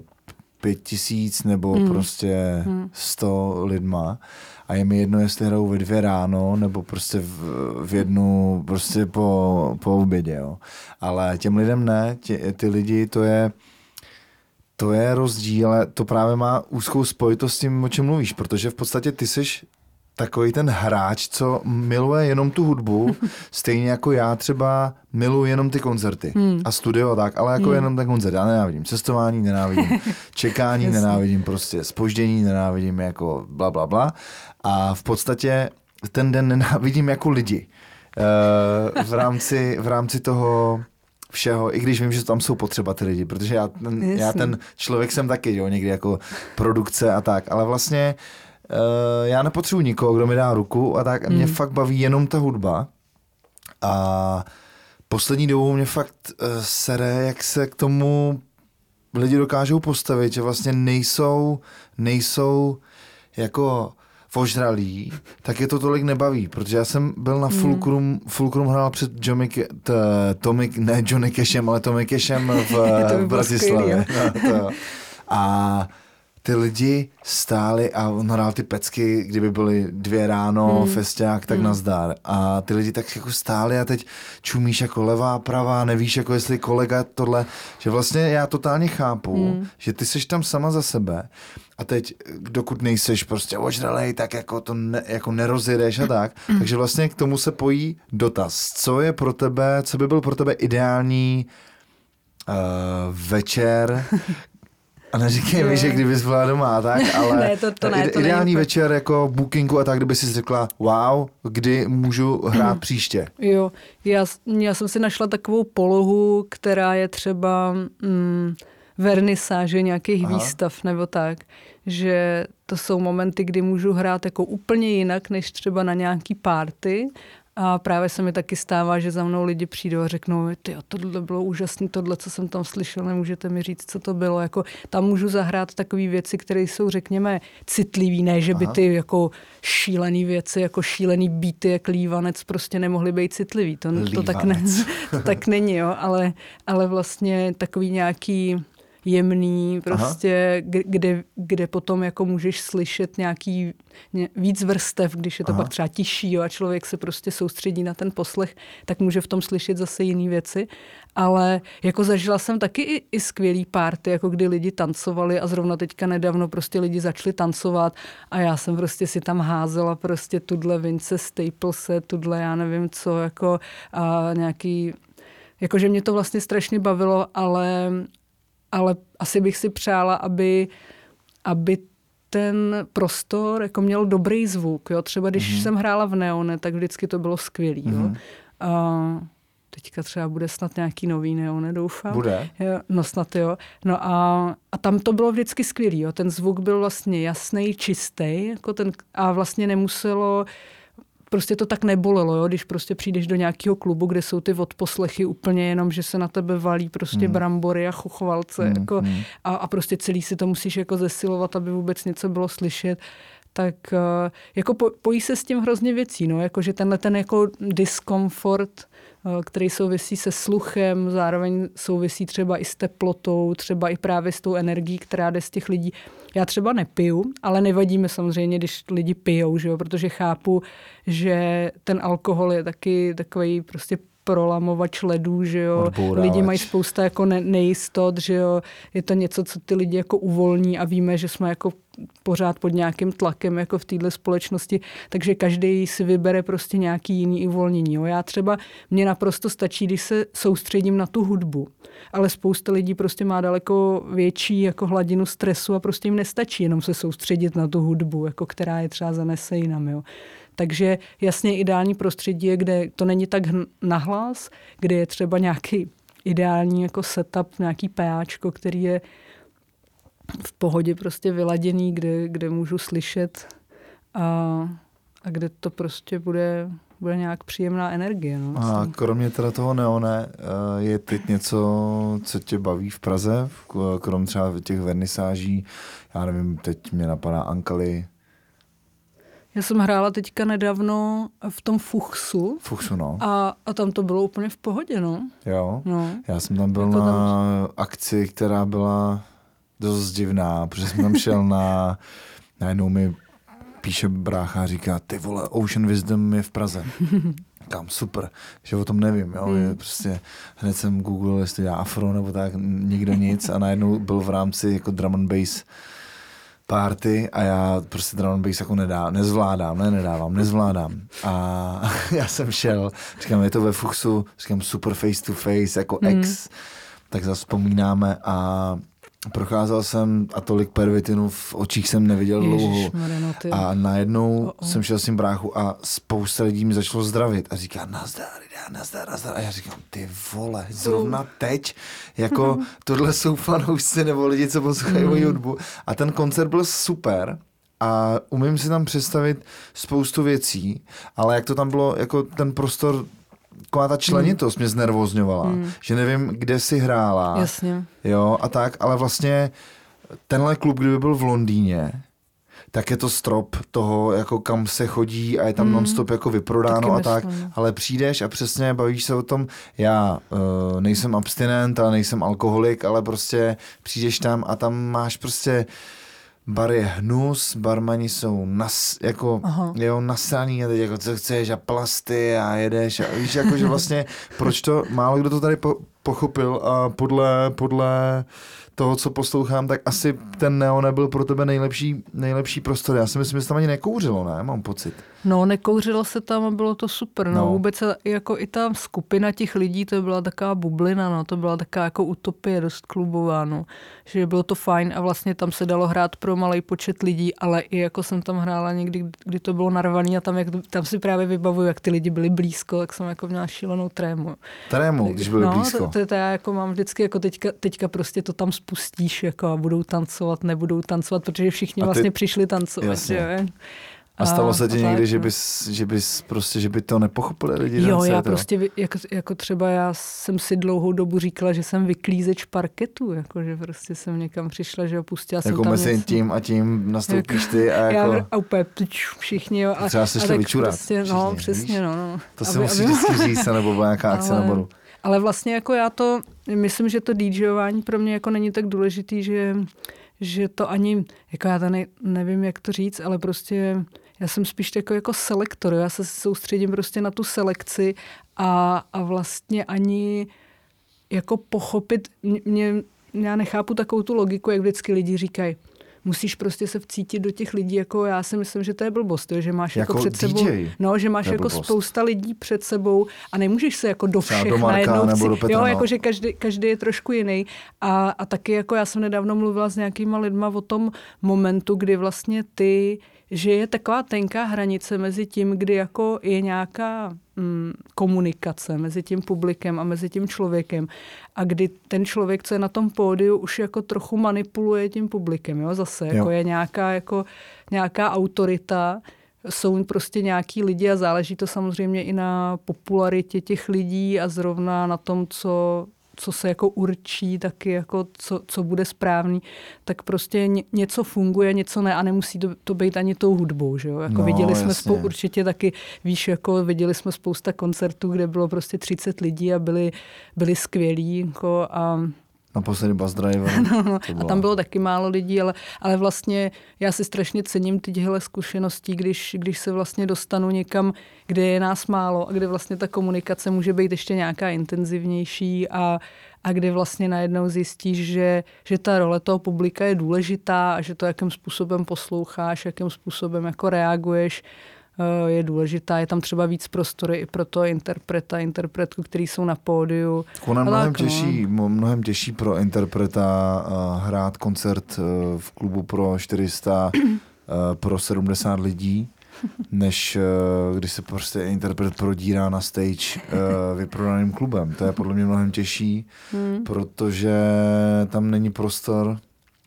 5000 nebo prostě 100 lidma. A je mi jedno, jestli hraju ve 2 ráno, nebo prostě v 1 prostě po obědě, jo. Ale těm lidem ne, ty lidi, to je rozdíl, ale to právě má úzkou spojitost s tím, o čem mluvíš, protože v podstatě ty seš takový ten hráč, co miluje jenom tu hudbu, stejně jako já třeba miluji jenom ty koncerty a studio a tak, ale jako jenom ten koncert. Já nenávidím cestování, nenávidím čekání, nenávidím prostě zpoždění, nenávidím jako bla, bla, bla. A v podstatě ten den nenávidím jako lidi. V rámci toho všeho, i když vím, že tam jsou potřeba ty lidi, protože já ten člověk jsem taky, jo, někdy jako produkce a tak, ale vlastně já nepotřebuji nikoho, kdo mi dá ruku a tak. Mě fakt baví jenom ta hudba. A poslední dobou mě fakt sere, jak se k tomu lidi dokážou postavit, že vlastně nejsou jako ožralí, tak je to tolik nebaví, protože já jsem byl na Fulcrum hrál před Johnny Cashem, ale Tommy Cashem v Bratislavě. A ty lidi stáli a on hrál ty pecky, kdyby byly 2 ráno, festiák, tak nazdar. A ty lidi tak jako stáli a teď čumíš jako levá, pravá, nevíš jako jestli kolega tohle, že vlastně já totálně chápu, že ty seš tam sama za sebe a teď, dokud nejseš prostě ožralej, tak jako to jako nerozjedeš a tak. Takže vlastně k tomu se pojí dotaz. Co je pro tebe, co by byl pro tebe ideální večer, a neříkej mi, že kdybys byla doma, tak, ale ne, to ideální večer jako bookingu a tak, kdyby si řekla, wow, kdy můžu hrát příště. Jo, já jsem si našla takovou polohu, která je třeba vernisáže nějakých výstav nebo tak, že to jsou momenty, kdy můžu hrát jako úplně jinak, než třeba na nějaký party. A právě se mi taky stává, že za mnou lidi přijdou a řeknou, tyjo, tohle bylo úžasné, tohle, co jsem tam slyšel, nemůžete mi říct, co to bylo. Jako, tam můžu zahrát takové věci, které jsou, řekněme, citlivý, ne, že by ty jako šílený věci, jako šílený beaty, jak Lívanec, prostě nemohly být citlivý. To tak není, jo, ale vlastně takový nějaký jemný, prostě, kde potom jako můžeš slyšet nějaký víc vrstev, když je to pak třeba tiší, jo, a člověk se prostě soustředí na ten poslech, tak může v tom slyšet zase jiný věci. Ale jako zažila jsem taky i skvělý party, jako kdy lidi tancovali a zrovna teďka nedávno prostě lidi začali tancovat a já jsem prostě si tam házela prostě tudle Vince Staplese, tudle já nevím co, jako a nějaký, jakože mě to vlastně strašně bavilo, ale asi bych si přála, aby ten prostor jako měl dobrý zvuk. Jo? Třeba když jsem hrála v Neone, tak vždycky to bylo skvělý. Jo? A teďka třeba bude snad nějaký nový Neone, doufám. Bude? Jo, no snad jo. No a tam to bylo vždycky skvělý. Jo? Ten zvuk byl vlastně jasný, čistý. Jako a vlastně nemuselo... Prostě to tak nebolelo, jo? Když prostě přijdeš do nějakého klubu, kde jsou ty odposlechy úplně jenom, že se na tebe valí prostě brambory a chochvalce jako, a prostě celý si to musíš jako zesilovat, aby vůbec něco bylo slyšet, tak jako pojí se s tím hrozně věcí, no? Jako, že tenhle ten jako diskomfort, který souvisí se sluchem, zároveň souvisí třeba i s teplotou, třeba i právě s tou energií, která jde z těch lidí. Já třeba nepiju, ale nevadí mi samozřejmě, když lidi pijou, že jo? Protože chápu, že ten alkohol je taky takový prostě prolamovač ledů, že jo. Odbourávač. Lidi mají spousta jako nejistot, že jo. Je to něco, co ty lidi jako uvolní a víme, že jsme jako pořád pod nějakým tlakem jako v této společnosti, takže každý si vybere prostě nějaký jiný uvolnění. Jo. Já třeba, mně naprosto stačí, když se soustředím na tu hudbu, ale spousta lidí prostě má daleko větší jako hladinu stresu a prostě jim nestačí jenom se soustředit na tu hudbu, jako která je třeba zanese jinam, jo. Takže jasně ideální prostředí je, kde to není tak nahlas, kde je třeba nějaký ideální jako setup, nějaký PAčko, který je v pohodě prostě vyladěný, kde můžu slyšet a kde to prostě bude nějak příjemná energie. No, a kromě teda toho Neone, je teď něco, co tě baví v Praze? Krom třeba těch vernisáží, já nevím, teď mě napadá Ankali. Já jsem hrála teďka nedávno v tom Fuchsu. Fuchsu, no. A tam to bylo úplně v pohodě, no. Jo? No. Já jsem tam byl jako na akci, která byla dost divná, protože jsem tam šel najednou mi píše brácha a říká, ty vole, Ocean Wisdom je v Praze. Kam super, že o tom nevím, jo, je prostě, hned jsem googlil, jestli já afro nebo tak, nikdo nic a najednou byl v rámci jako drum and bass party a já prostě drum and bass jako nezvládám. A já jsem šel, říkám, je to ve Fuchsu, říkám super face to face, jako ex, tak zase vzpomínáme a procházel jsem a tolik pervitinu v očích jsem neviděl dlouho. A najednou jsem šel s tím bráchu a spousta lidí mi začalo zdravit a říká nazdar. A já říkám, ty vole, zrovna teď, jako tohle jsou fanoušci nebo lidi, co poslouchají moji hudbu. A ten koncert byl super a umím si tam představit spoustu věcí, ale jak to tam bylo, jako ten prostor, taková ta členitost mě znervozňovala, že nevím, kde si hrála. Jasně. Jo, a tak, ale vlastně tenhle klub, kdyby byl v Londýně, tak je to strop toho, jako kam se chodí a je tam non-stop jako vyprodáno a tak, ale přijdeš a přesně bavíš se o tom, já nejsem abstinent, ale nejsem alkoholik, ale prostě přijdeš tam a tam máš prostě bar je hnus, barmani jsou nasraný a teď jako co chceš a plasty a jedeš a víš, jako, že vlastně proč to, málo kdo to tady pochopil a podle toho, co poslouchám, tak asi ten Neo nebyl pro tebe nejlepší prostor. Já si myslím, že se tam ani nekouřilo, ne? Mám pocit. No, nekouřilo se tam a bylo to super. No, vůbec jako i ta skupina těch lidí, to byla taková bublina, no, to byla taková jako utopie dost klubová, no. Že bylo to fajn a vlastně tam se dalo hrát pro malý počet lidí, ale i jako jsem tam hrála někdy, kdy to bylo narvaný a tam si právě vybavuju, jak ty lidi byli blízko, tak jsem jako měla šílenou trému. Trému, když byli blízko? To já jako mám vždycky, jako teďka prostě to tam spustíš, jako a budou tancovat, nebudou tancovat, protože všichni vlastně přišli tancovat, že? A stalo se ti někdy, že bys prostě, že by to nepochopili lidi? Jo, já prostě, jako třeba já jsem si dlouhou dobu říkala, že jsem vyklízeč parketu, jako že prostě jsem někam přišla, že opustila jsem tam něco. Jako mezi tím a tím nastoupíš ty a jako... Já úplně všichni, jo. Třeba seš to vyčurat. Prostě, no, přesně, no. To se musí vždycky říct, nebo byla nějaká akce na baru. Ale vlastně jako já to, myslím, že to DJování pro mě jako není tak důležitý, že to ani, jako já to nevím, jak to říct, ale prostě já jsem spíš jako selektor, já se soustředím prostě na tu selekci a vlastně ani jako pochopit, já nechápu takovou tu logiku, jak vždycky lidi říkají, musíš prostě se vcítit do těch lidí, jako já si myslím, že to je blbost, že máš jako před DJ, sebou, no, že máš jako spousta lidí před sebou a nemůžeš se jako do všech do Marka, najednou nebo do Petra, jo, jako že každý je trošku jiný a taky jako já jsem nedávno mluvila s nějakýma lidma o tom momentu, kdy vlastně že je taková tenká hranice mezi tím, kdy jako je nějaká komunikace mezi tím publikem a mezi tím člověkem a kdy ten člověk, co je na tom pódiu, už jako trochu manipuluje tím publikem, jo, zase, jako je nějaká autorita, jsou prostě nějaký lidi a záleží to samozřejmě i na popularitě těch lidí a zrovna na tom, co se jako určí, taky jako co bude správný, tak prostě něco funguje, něco ne a nemusí to být ani tou hudbou, že jo? Jako viděli jsme určitě taky, víš, jako viděli jsme spousta koncertů, kde bylo prostě 30 lidí a byli skvělí, jako a naposledy Bus Driver. No. A tam bylo taky málo lidí, ale vlastně já si strašně cením tyhle zkušeností, když se vlastně dostanu někam, kde je nás málo a kde vlastně ta komunikace může být ještě nějaká intenzivnější a kdy vlastně najednou zjistíš, že ta role toho publika je důležitá a že to, jakým způsobem posloucháš, jakým způsobem jako reaguješ, je důležitá. Je tam třeba víc prostory i pro toho interpretku, který jsou na pódiu. Mnohem těžší pro interpreta hrát koncert v klubu pro 400 pro 70 lidí, než když se prostě interpret prodírá na stage vyprodaným klubem. To je podle mě mnohem těžší, protože tam není prostor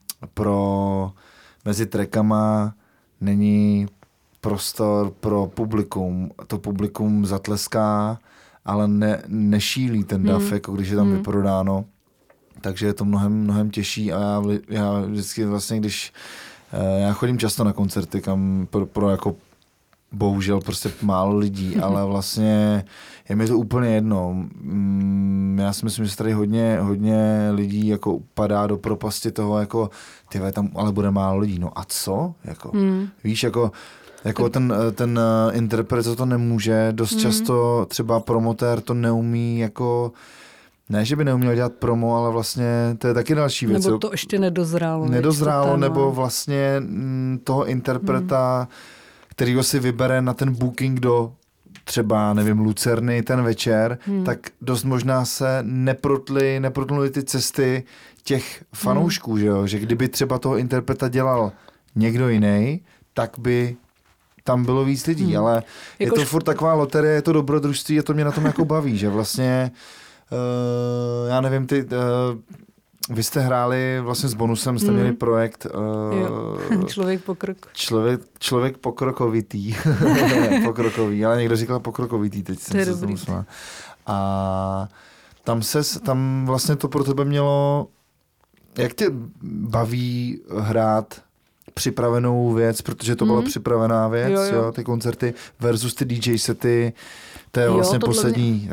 mezi trackama, není prostor pro publikum. To publikum zatleská, ale nešílí ten dav, jako když je tam vyprodáno. Takže je to mnohem těžší a já vždycky vlastně, když já chodím často na koncerty, kam pro jako bohužel prostě málo lidí, ale vlastně je mi to úplně jedno. Já si myslím, že se tady hodně lidí jako padá do propasti toho, jako tam ale bude málo lidí. No a co? Jako, víš, jako ten interpret to nemůže, dost často třeba promotér to neumí jako, ne, že by neuměl dělat promo, ale vlastně to je taky další věc. Nebo to ještě nedozrálo. Nebo vlastně toho interpreta, kterýho si vybere na ten booking do třeba, nevím, Lucerny ten večer, tak dost možná se neprotnuly ty cesty těch fanoušků, že jo? Že kdyby třeba toho interpreta dělal někdo jiný, tak by tam bylo víc lidí, ale je to furt taková loterie, je to dobrodružství a to mě na tom jako baví, že vlastně já nevím, vy jste hráli vlastně s Bonusem, jste měli projekt Člověk pokrok. Člověk pokrokovitý. Pokrokový, ale někdo říkal pokrokovitý, teď jsem se tomu smál. A tam vlastně to pro tebe mělo, jak tě baví hrát připravenou věc, protože to byla připravená věc, jo. Ty koncerty versus ty DJ sety. To je vlastně poslední,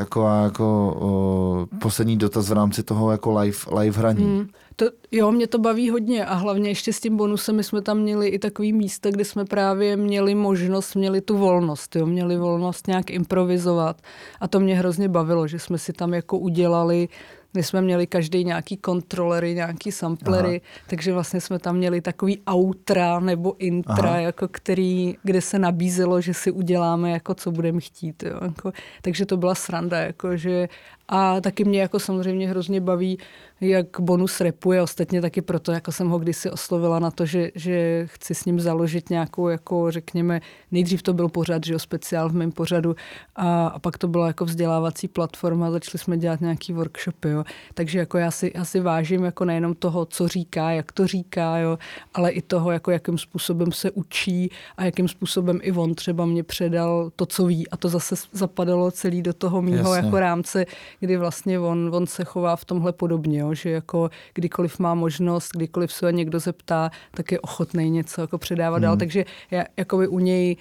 poslední dotaz v rámci toho jako live hraní. Mě to baví hodně a hlavně ještě s tím bonusem my jsme tam měli i takový místa, kde jsme právě měli možnost, měli tu volnost, měli volnost nějak improvizovat a to mě hrozně bavilo, že jsme si tam jako udělali. My jsme měli každý nějaký kontrolery, nějaký samplery, takže vlastně jsme tam měli takový outra nebo intra, jako kde se nabízelo, že si uděláme, jako co budeme chtít. Jo, jako, takže to byla sranda. Jako, že, a taky mě jako samozřejmě hrozně baví, jak bonus rapuje. Ostatně taky proto, jako jsem ho kdysi oslovila na to, že chci s ním založit nějakou, jako řekněme, nejdřív to byl pořad, že jo, speciál v mém pořadu a pak to byla jako vzdělávací platforma, začali jsme dělat nějaký workshopy, jo. Takže jako já si vážím jako nejenom toho, co říká, jak to říká, jo, ale i toho, jako jakým způsobem se učí a jakým způsobem i on třeba mě předal to, co ví a to zase zapadalo celý do toho mýho jako rámce, kdy vlastně on se chová v tomhle podobně, jo, že jako kdykoliv má možnost, kdykoliv se někdo zeptá, tak je ochotný něco jako předávat dál, takže já jakoby u něj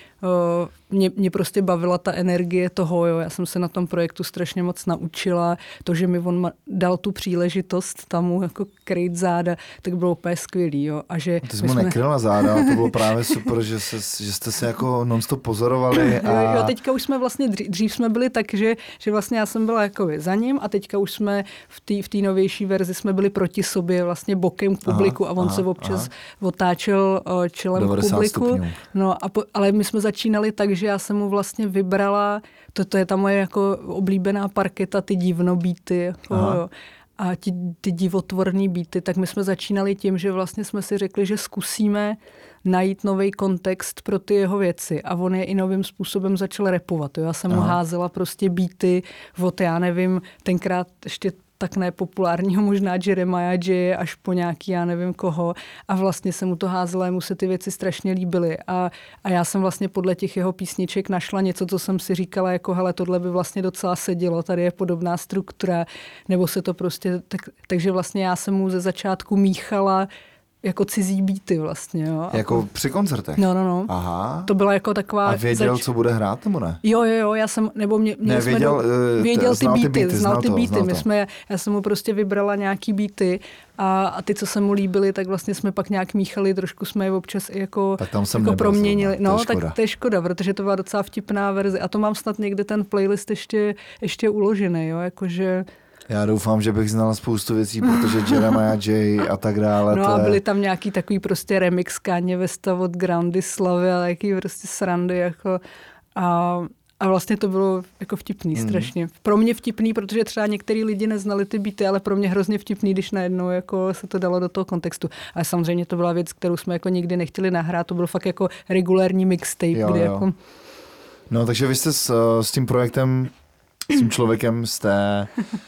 mě prostě bavila ta energie toho, jo. Já jsem se na tom projektu strašně moc naučila. To, že mi on dal tu příležitost tam mu jako kryt záda, tak bylo úplně skvělý, jo. A že ty jsi mu nekryla záda, ale to bylo právě super, že jste se jako non-stop pozorovali. A... Jo, teďka už jsme vlastně, dřív jsme byli tak, že vlastně já jsem byla jako za ním a teďka už jsme v té novější verzi jsme byli proti sobě vlastně bokem k publiku a on se občas otáčel čelem k publiku. No, ale my jsme začínali tak, že já jsem mu vlastně vybrala, to je ta moje jako oblíbená parketa, ty divnobíty, jako, jo. A ty divotvorný beaty, tak my jsme začínali tím, že vlastně jsme si řekli, že zkusíme najít nový kontext pro ty jeho věci a on je i novým způsobem začal rapovat. Jo. Já jsem mu házela prostě beaty od, já nevím, tenkrát ještě tak nepopulárního možná Jeremiah J až po nějaký, já nevím koho a vlastně se mu to házela, mu se ty věci strašně líbily a já jsem vlastně podle těch jeho písniček našla něco, co jsem si říkala, jako hele, tohle by vlastně docela sedělo, tady je podobná struktura, nebo se to prostě, takže vlastně já jsem mu ze začátku míchala jako cizí beaty vlastně, jo. Jako při koncertech? No. Aha. To byla jako taková... A věděl, co bude hrát, nebo ne? Jo, já jsem, nebo věděl ty beaty, znal ty beaty. Já jsem mu prostě vybrala nějaký beaty a ty, co se mu líbily, tak vlastně jsme pak nějak míchali, trošku jsme je občas jako proměnili. No, tak to je škoda, protože to byla docela vtipná verze a to mám snad někde ten playlist ještě uložený, jo, jakože... Já doufám, že bych znal spoustu věcí, protože Jeremiah J a tak dále. No a byly tam nějaký takový prostě remix Kanye Westa od Groundy Slavy a jaký prostě srandy jako a vlastně to bylo jako vtipný strašně. Pro mě vtipný, protože třeba některý lidi neznali ty beaty, ale pro mě hrozně vtipný, když najednou jako se to dalo do toho kontextu. Ale samozřejmě to byla věc, kterou jsme jako nikdy nechtěli nahrát, to byl fakt jako regulární mixtape, kdy jako... No takže vy jste s tím projektem, s tím člověkem jste...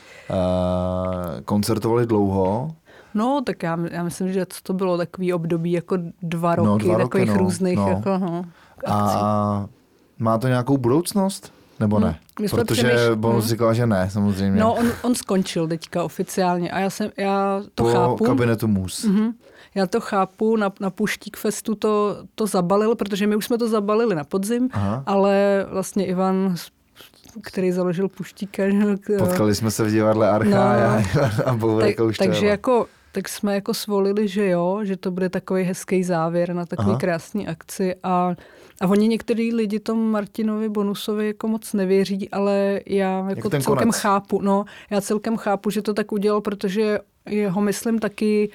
koncertovali dlouho? No, tak já myslím, že to bylo takový období jako 2 roky, takových různých jako, akcí. A má to nějakou budoucnost? Nebo ne? Protože Bonus říkala, že ne, samozřejmě. No, on skončil teďka oficiálně a já to chápu. Po kabinetu Mus. Já to chápu, na Puštík Festu to zabalil, protože my už jsme to zabalili na podzim, ale vlastně Ivan, který založil Puštíka. Potkali jsme se v divadle Archa a Bouvrka už takže jako, tak jsme jako svolili, že jo, že to bude takový hezký závěr na takový krásný akci a oni některý lidi tomu Martinovi Bonusovi jako moc nevěří, ale já jako celkem chápu, já celkem chápu, že to tak udělal, protože ho myslím taky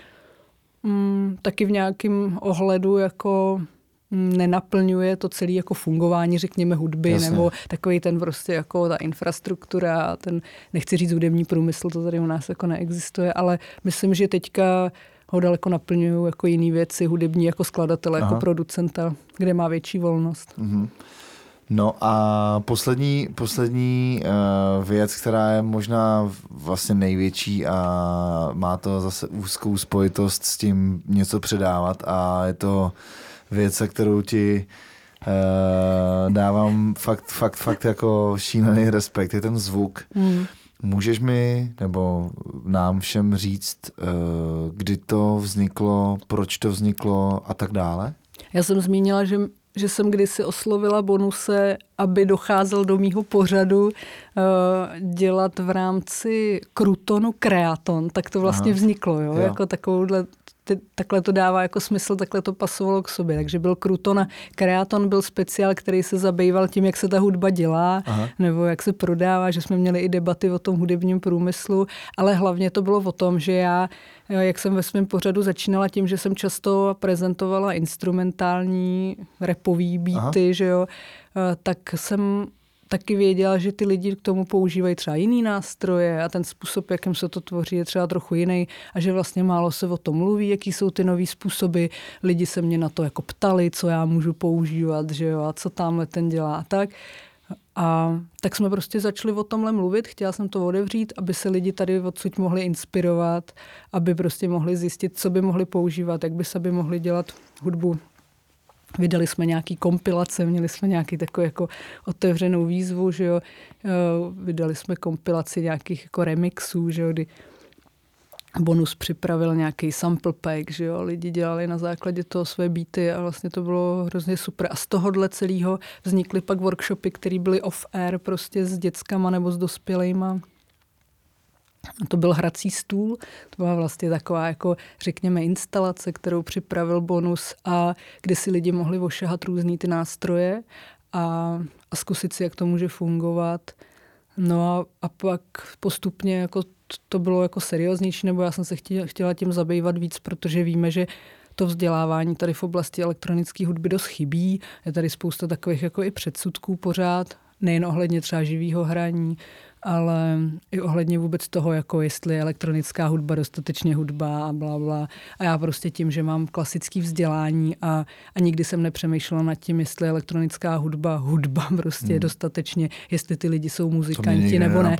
v nějakém ohledu jako nenaplňuje to celé jako fungování, řekněme, hudby, jasně, nebo takový ten prostě jako ta infrastruktura, ten, nechci říct hudební průmysl, to tady u nás jako neexistuje, ale myslím, že teďka ho daleko naplňují jako jiný věci, hudební jako skladatele, jako producenta, kde má větší volnost. No a poslední věc, která je možná vlastně největší a má to zase úzkou spojitost s tím něco předávat a je to věc, kterou ti dávám fakt jako šílený respekt, je ten zvuk. Můžeš mi nebo nám všem říct, kdy to vzniklo, proč to vzniklo a tak dále? Já jsem zmínila, že jsem kdysi oslovila Bonuse, aby docházel do mýho pořadu dělat v rámci Krutonu kreaton, tak to vlastně vzniklo, jo? Jako takhle to dává jako smysl, takhle to pasovalo k sobě. Takže byl Kruton a kreaton byl speciál, který se zabýval tím, jak se ta hudba dělá, nebo jak se prodává, že jsme měli i debaty o tom hudebním průmyslu, ale hlavně to bylo o tom, že já, jak jsem ve svém pořadu začínala tím, že jsem často prezentovala instrumentální rapový beaty, že jo, tak jsem taky věděla, že ty lidi k tomu používají třeba jiný nástroje a ten způsob, jakým se to tvoří, je třeba trochu jiný a že vlastně málo se o tom mluví, jaký jsou ty nový způsoby. Lidi se mě na to jako ptali, co já můžu používat, že jo, a co tamhle ten dělá a tak. A tak jsme prostě začali o tomhle mluvit, chtěla jsem to otevřít, aby se lidi tady odsud mohli inspirovat, aby prostě mohli zjistit, co by mohli používat, jak by se by mohli dělat hudbu. Vydali jsme nějaký kompilace, měli jsme nějaký takový jako otevřenou výzvu, že jo. Vydali jsme kompilaci nějakých jako remixů, že jo, kdy Bonus připravil nějaký sample pack, že jo. Lidi dělali na základě toho své beaty a vlastně to bylo hrozně super. A z tohohle celého vznikly pak workshopy, které byly off-air prostě s dětskama nebo s dospělejma. To byl hrací stůl, to byla vlastně taková, jako řekněme, instalace, kterou připravil Bonus a kde si lidi mohli ošahat různý ty nástroje a zkusit si, jak to může fungovat. No a pak postupně jako to bylo jako serióznější, nebo já jsem se chtěla tím zabývat víc, protože víme, že to vzdělávání tady v oblasti elektronické hudby dost chybí. Je tady spousta takových jako i předsudků pořád, nejen ohledně třeba živého hraní, ale i ohledně vůbec toho, jako jestli je elektronická hudba dostatečně hudba a blabla. A já prostě tím, že mám klasické vzdělání a nikdy jsem nepřemýšlela nad tím, jestli elektronická hudba prostě je dostatečně, jestli ty lidi jsou muzikanti nebo ne.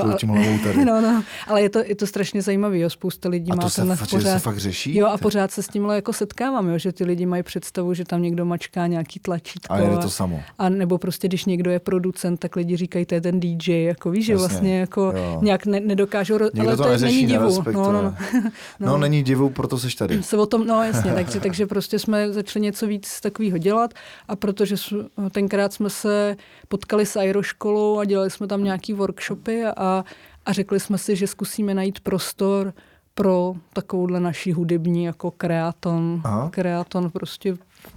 No, ale je to strašně zajímavé, jo. Spousta lidí má tenhle pořád. Se fakt řeší? Jo, a pořád se s tímhle jako setkávám, jo, že ty lidi mají představu, že tam někdo mačká nějaký tlačítko. A je to samo. A nebo prostě, když někdo je producent, tak lidi říkají, to je ten DJ, jako víš, že vlastně jako nějak nedokážou, ale to není divu. No, není divu, proto seš tady. Se o tom, no jasně, takže prostě jsme začali něco víc takového dělat a protože tenkrát jsme se potkali s Aeroškolou a dělali jsme tam nějaký workshopy a řekli jsme si, že zkusíme najít prostor pro takovouhle naší hudební jako kreaton prostě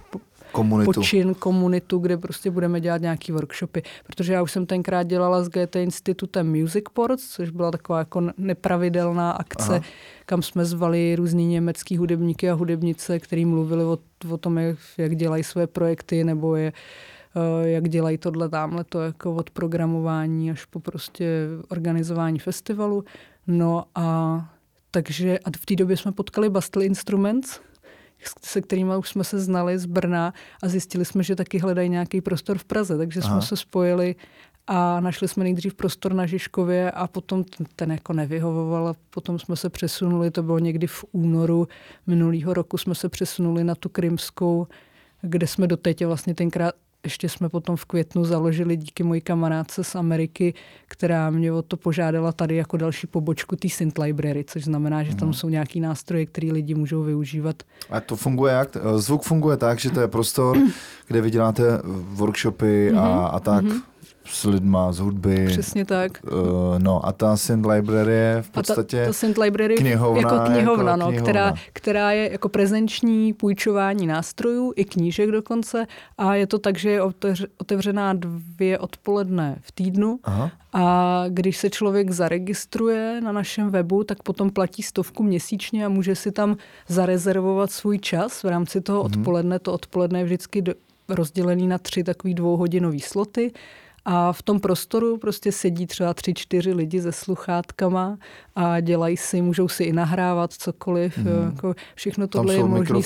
komunitu, kde prostě budeme dělat nějaký workshopy. Protože já už jsem tenkrát dělala s GT institutem Music Ports, což byla taková jako nepravidelná akce, kam jsme zvali různý německý hudebníky a hudebnice, který mluvili o tom, jak dělají své projekty, nebo jak dělají tamhleto jako od programování až po prostě organizování festivalu. No a takže v té době jsme potkali Bastel Instruments, se kterými už jsme se znali z Brna a zjistili jsme, že taky hledají nějaký prostor v Praze, takže jsme se spojili a našli jsme nejdřív prostor na Žižkově a potom ten jako nevyhovoval a potom jsme se přesunuli, to bylo někdy v únoru minulého roku, jsme se přesunuli na tu Krymskou, kde jsme doteď vlastně tenkrát ještě jsme potom v květnu založili díky mojí kamarádce z Ameriky, která mě o to požádala tady jako další pobočku té Synth Library, což znamená, že tam jsou nějaký nástroje, které lidi můžou využívat. A to funguje jak? Zvuk funguje tak, že to je prostor, kde vy děláte workshopy a tak s lidma z hudby. Přesně tak. No a ta Synth Library je v podstatě ta Synth Library knihovna, která je jako prezenční půjčování nástrojů i knížek dokonce a je to tak, že je otevřená 2 odpoledne v týdnu. A když se člověk zaregistruje na našem webu, tak potom platí 100 měsíčně a může si tam zarezervovat svůj čas v rámci toho odpoledne. To odpoledne je vždycky rozdělený na 3 takový 2hodinový sloty. A v tom prostoru prostě sedí třeba 3-4 lidi se sluchátkama a můžou si i nahrávat cokoliv. Jako všechno tohle je možné.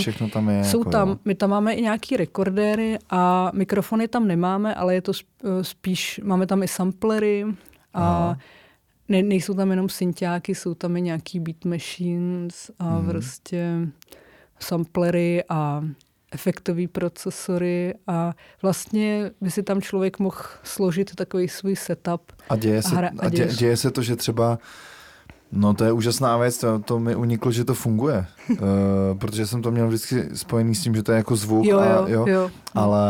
My tam máme i nějaký rekordéry a mikrofony tam nemáme, ale je to spíš, máme tam i samplery a nejsou tam jenom synťáky, jsou tam i nějaký beat machines a prostě samplery a efektový procesory a vlastně by si tam člověk mohl složit takový svůj setup. A děje se to, že třeba, no to je úžasná věc, to mi uniklo, že to funguje, protože jsem to měl vždycky spojený s tím, že to je jako zvuk, jo. Ale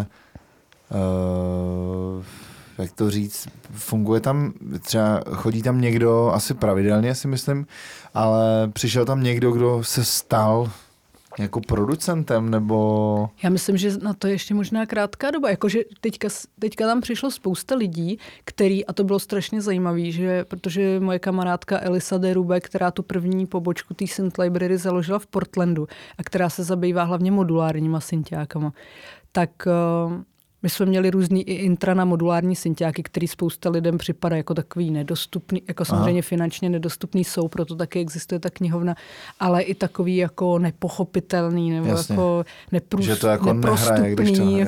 jak to říct, funguje tam, třeba chodí tam někdo, asi pravidelně si myslím, ale přišel tam někdo, kdo se stal jako producentem, nebo... Já myslím, že na to je ještě možná krátká doba, jakože teďka tam přišlo spousta lidí, a to bylo strašně zajímavé, že protože moje kamarádka Elisa de Rube, která tu první pobočku té Synth Library založila v Portlandu a která se zabývá hlavně modulárníma synťákama, tak my jsme měli různý i intra na modulární synťáky, který spousta lidem připadá jako takový nedostupný, jako samozřejmě finančně nedostupný jsou, proto taky existuje ta knihovna, ale i takový jako nepochopitelný, nebo jako neprostupný.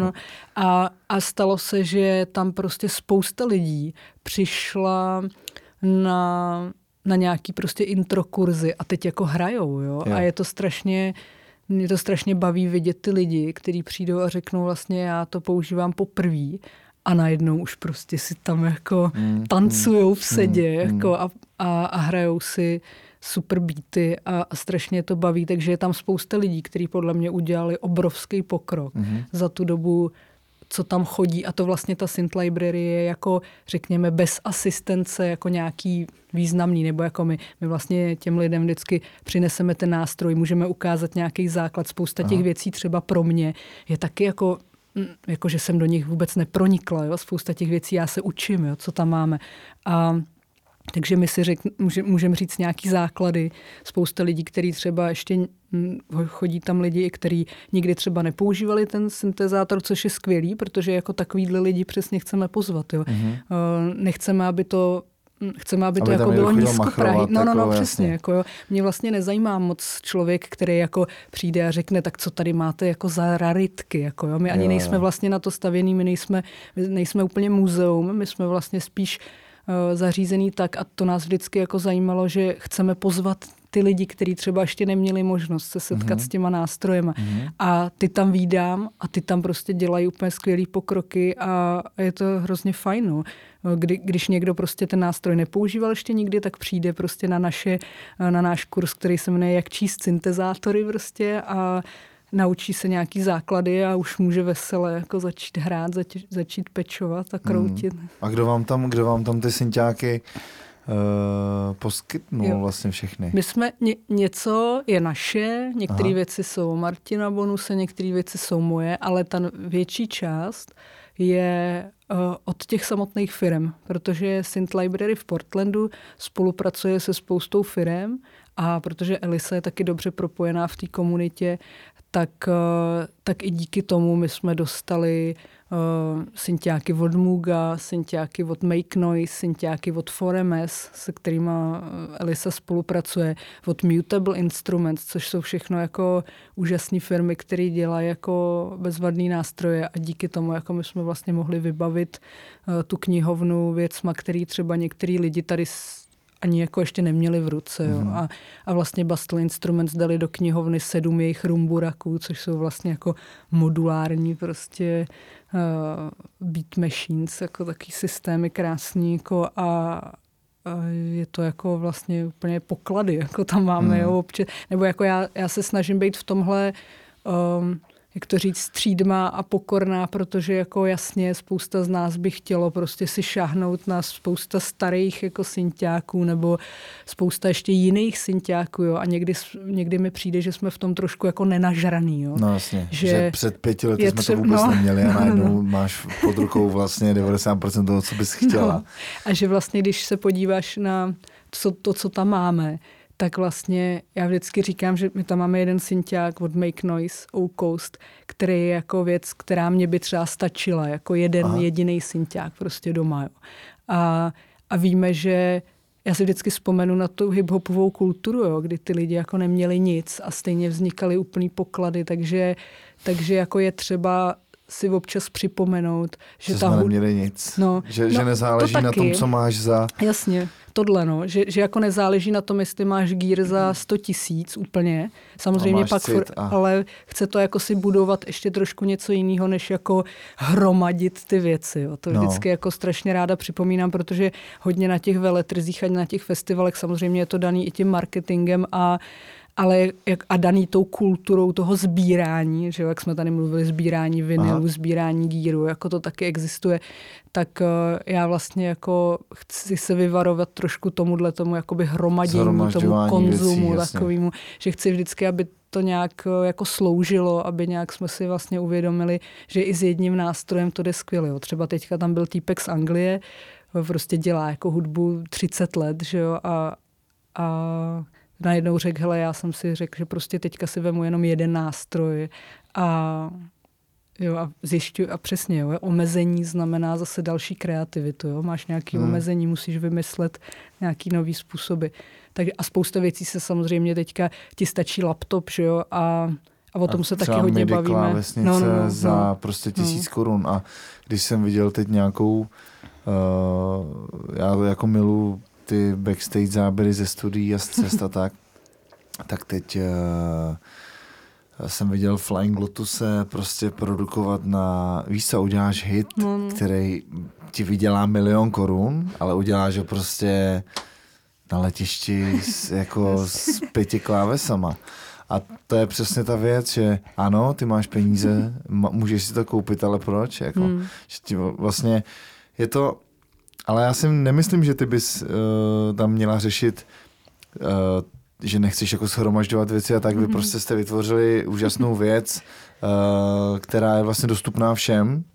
A stalo se, že tam prostě spousta lidí přišla na nějaký prostě intro kurzy a teď jako hrajou, jo? A mě to strašně baví vidět ty lidi, kteří přijdou a řeknou vlastně já to používám poprvé a najednou už prostě si tam jako tancujou v sedě jako a hrajou si super beaty a strašně to baví, takže je tam spousta lidí, kteří podle mě udělali obrovský pokrok za tu dobu, co tam chodí a to vlastně ta Synth Library je jako, řekněme, bez asistence jako nějaký významný, nebo jako my vlastně těm lidem vždycky přineseme ten nástroj, můžeme ukázat nějaký základ, spousta těch věcí třeba pro mě je taky jako že jsem do nich vůbec nepronikla, jo? Spousta těch věcí já se učím, jo? Co tam máme. Takže my si můžeme říct nějaký základy. Spousta lidí, kteří třeba ještě chodí tam lidi, kteří nikdy třeba nepoužívali ten syntezátor, což je skvělý, protože jako takovýhle lidi přesně chceme pozvat. Jo. Nechceme, aby to jako bylo nízkoprahý. No, přesně. Jako, jo. Mě vlastně nezajímá moc člověk, který jako přijde a řekne, tak co tady máte jako za raritky. Jako, jo. My ani nejsme vlastně na to stavěný, my nejsme úplně muzeum, my jsme vlastně spíš zařízený tak a to nás vždycky jako zajímalo, že chceme pozvat ty lidi, kteří třeba ještě neměli možnost se setkat s těma nástrojema. A ty tam vídám a ty tam prostě dělají úplně skvělý pokroky a je to hrozně fajn. No. Když někdo prostě ten nástroj nepoužíval ještě nikdy, tak přijde prostě na náš kurz, který se jmenuje Jak číst syntezátory prostě a naučí se nějaký základy a už může vesele jako začít hrát, začít pečovat a kroutit. A kdo vám tam ty synťáky poskytnul vlastně všechny? My jsme, něco je naše, některé věci jsou Martina Bonuse, některé věci jsou moje, ale ta větší část je od těch samotných firem, protože Synth Library v Portlandu spolupracuje se spoustou firem a protože Elisa je taky dobře propojená v té komunitě, tak i díky tomu my jsme dostali synťáky od Muga, synťáky od Make Noise, synťáky od 4MS, se kterými Elisa spolupracuje, od Mutable Instruments, což jsou všechno jako úžasné firmy, které dělají jako bezvadný nástroje a díky tomu jako my jsme vlastně mohli vybavit tu knihovnu věcma, který třeba některý lidi tady ani jako ještě neměli v ruce. Jo. A vlastně Bastel Instruments dali do knihovny 7 jejich rumburaků, což jsou vlastně jako modulární prostě beat machines, jako taky systémy krásný jako a je to jako vlastně úplně poklady, jako tam máme, jo, občas. Nebo jako já se snažím být v tomhle jak to říct, střídmá a pokorná, protože jako jasně spousta z nás by chtělo prostě si šáhnout na spousta starých jako synťáků nebo spousta ještě jiných synťáků, jo, a někdy mi přijde, že jsme v tom trošku jako nenažraný, jo. No jasně, že před 5 lety jsme to vůbec neměli a najednou máš pod rukou vlastně 90% toho, co bys chtěla. No. A že vlastně, když se podíváš na to, co tam máme, tak vlastně já vždycky říkám, že my tam máme jeden synťák od Make Noise, O-Coast, který je jako věc, která mě by třeba stačila, jako jediný synťák prostě doma. Jo. A víme, že já si vždycky vzpomenu na tu hip-hopovou kulturu, jo, kdy ty lidi jako neměli nic a stejně vznikaly úplný poklady, takže jako je třeba si občas připomenout, že jsme neměli nic. Že nezáleží na tom, co máš za... Jasně, tohle, že jako nezáleží na tom, jestli máš gír za 100 000 úplně. Samozřejmě pak, ale chce to jako si budovat ještě trošku něco jiného, než jako hromadit ty věci. Jo. To vždycky jako strašně ráda připomínám, protože hodně na těch veletrzích a na těch festivalech samozřejmě je to daný i tím marketingem a daný tou kulturou toho sbírání, že jo, jak jsme tady mluvili, sbírání vinilu, sbírání gíru, jako to taky existuje, tak já vlastně jako chci se vyvarovat trošku tomu jakoby hromadění, tomu konzumu věcí, takovému, že chci vždycky, aby to nějak jako sloužilo, aby nějak jsme si vlastně uvědomili, že i s jedním nástrojem to jde skvěle. Jo. Třeba teďka tam byl týpek z Anglie, prostě dělá jako hudbu 30 let, že jo, a najednou řekl, hele, já jsem si řekl, že prostě teďka si vemu jenom jeden nástroj a zjišťuji, a přesně, jo, omezení znamená zase další kreativitu, jo, máš nějaké omezení, musíš vymyslet nějaký nový způsoby. Takže a spousta věcí se samozřejmě teďka, ti stačí laptop, že jo, a o tom se taky hodně bavíme. Klávesnice za prostě 1000 korun a když jsem viděl teď nějakou, já jako miluji ty backstage záběry ze studií a z cest a tak teď jsem viděl Flying Lotuse prostě produkovat na, víš co, uděláš hit, který ti vydělá 1 000 000 korun, ale uděláš ho prostě na letišti s 5 klávesama. A to je přesně ta věc, že ano, ty máš peníze, můžeš si to koupit, ale proč? Jako, že ti vlastně je to. Ale já si nemyslím, že ty bys tam měla řešit, že nechceš jako shromažďovat věci a tak. Vy prostě jste vytvořili úžasnou věc, která je vlastně dostupná všem.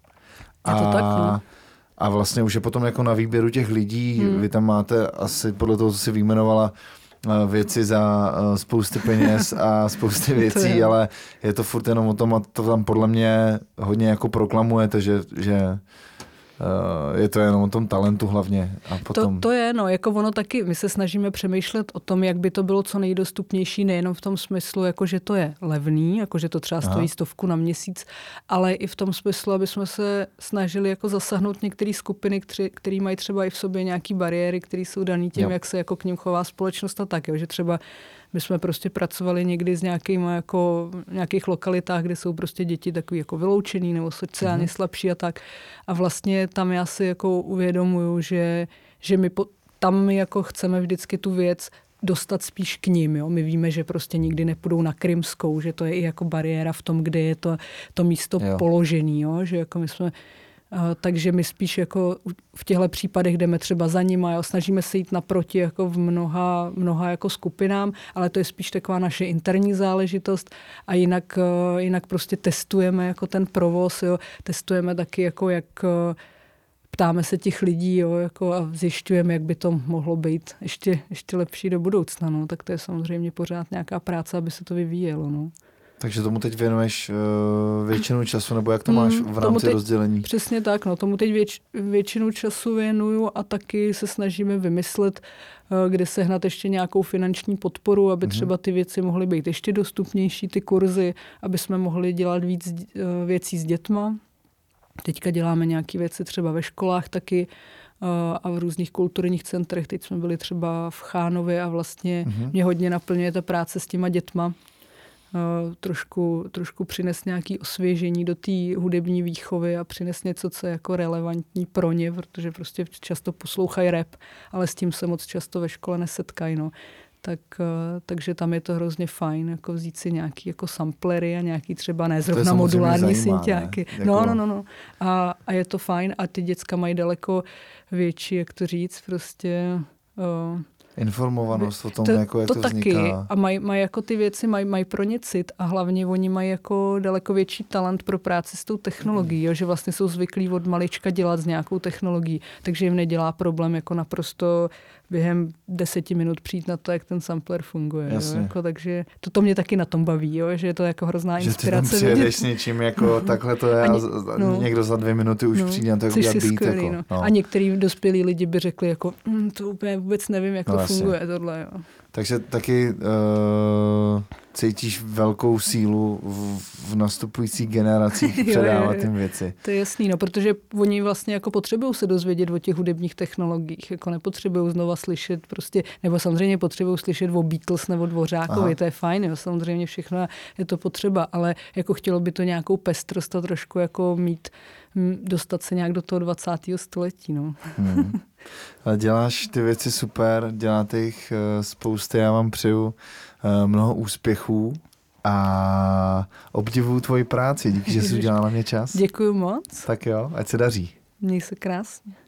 A vlastně už je potom jako na výběru těch lidí. Vy tam máte asi podle toho, co si vyjmenovala, věci za spousty peněz a spousty věcí, ale je to furt jenom o tom a to tam podle mě hodně jako proklamujete, že je to jenom o tom talentu hlavně. A potom... To je, jako ono taky, my se snažíme přemýšlet o tom, jak by to bylo co nejdostupnější, nejenom v tom smyslu, jako že to je levný, jako že to třeba stojí 100 na měsíc, ale i v tom smyslu, aby jsme se snažili jako zasáhnout některé skupiny, které mají třeba i v sobě nějaké bariéry, které jsou dané tím, jak se jako k nim chová společnost a tak, že třeba my jsme prostě pracovali někdy s nějakých lokalitách, kde jsou prostě děti takový jako vyloučený nebo sociálně slabší a tak. A vlastně tam já si jako uvědomuju, že my tam jako chceme vždycky tu věc dostat spíš k ním. Jo? My víme, že prostě nikdy nepůjdou na Krymskou, že to je i jako bariéra v tom, kde je to místo položený. Jo? Že jako my jsme... Takže my spíš jako v těchto případech jdeme třeba za nima, jo, snažíme se jít naproti jako v mnoha jako skupinám, ale to je spíš taková naše interní záležitost a jinak prostě testujeme jako ten provoz, jo, testujeme taky jako jak ptáme se těch lidí, jo, jako a zjišťujeme, jak by to mohlo být ještě lepší do budoucna, no, tak to je samozřejmě pořád nějaká práce, aby se to vyvíjelo, no. Takže tomu teď věnuješ většinu času, nebo jak to máš v rámci rozdělení? Přesně tak, no, tomu teď většinu času věnuju a taky se snažíme vymyslet, kde sehnat ještě nějakou finanční podporu, aby třeba ty věci mohly být ještě dostupnější, ty kurzy, aby jsme mohli dělat víc věcí s dětma. Teďka děláme nějaké věci třeba ve školách taky a v různých kulturních centrech. Teď jsme byli třeba v Chánově a vlastně mě hodně naplňuje ta práce s těma dětma. Trošku přines nějaké osvěžení do té hudební výchovy a přines něco, co je jako relevantní pro ně, protože prostě často poslouchají rap, ale s tím se moc často ve škole nesetkají. No. Takže tam je to hrozně fajn, jako vzít si nějaký jako samplery a nějaký třeba ne zrovna modulární synťáky. No. A je to fajn a ty děcka mají daleko větší, jak to říct, prostě... informovanost o tom, jak to vzniká. Taky. A mají jako ty věci, mají pro ně cit a hlavně oni mají jako daleko větší talent pro práci s tou technologií, jo, že vlastně jsou zvyklí od malička dělat s nějakou technologií, takže jim nedělá problém jako naprosto během 10 minut přijít na to, jak ten sampler funguje. Jo, jako, takže to mě taky na tom baví, jo, že je to jako hrozná inspirace. Že ty tam přijedeš s něčím, jako takhle to je a někdo za 2 minuty už přijde na to, jak udělat beat. Jako, A některý dospělí lidi by řekli, jako, to úplně vůbec nevím, jak to funguje tohle. Jo. Takže taky cítíš velkou sílu v nastupujících generacích předávat těm věci. To je jasný, no, protože oni vlastně jako potřebují se dozvědět o těch hudebních technologiích, jako nepotřebují znova slyšet prostě, nebo samozřejmě potřebují slyšet o Beatles nebo Dvořákovi, to je fajn, jo, samozřejmě všechno je to potřeba, ale jako chtělo by to nějakou pestrost a trošku jako mít, dostat se nějak do toho 20. století, no. Ale děláš ty věci super, děláte jich spousty, já vám přeju mnoho úspěchů a obdivuju tvoji práci. Díky, že jsi udělala na mě čas. Děkuju moc. Tak jo, ať se daří. Měj se krásně.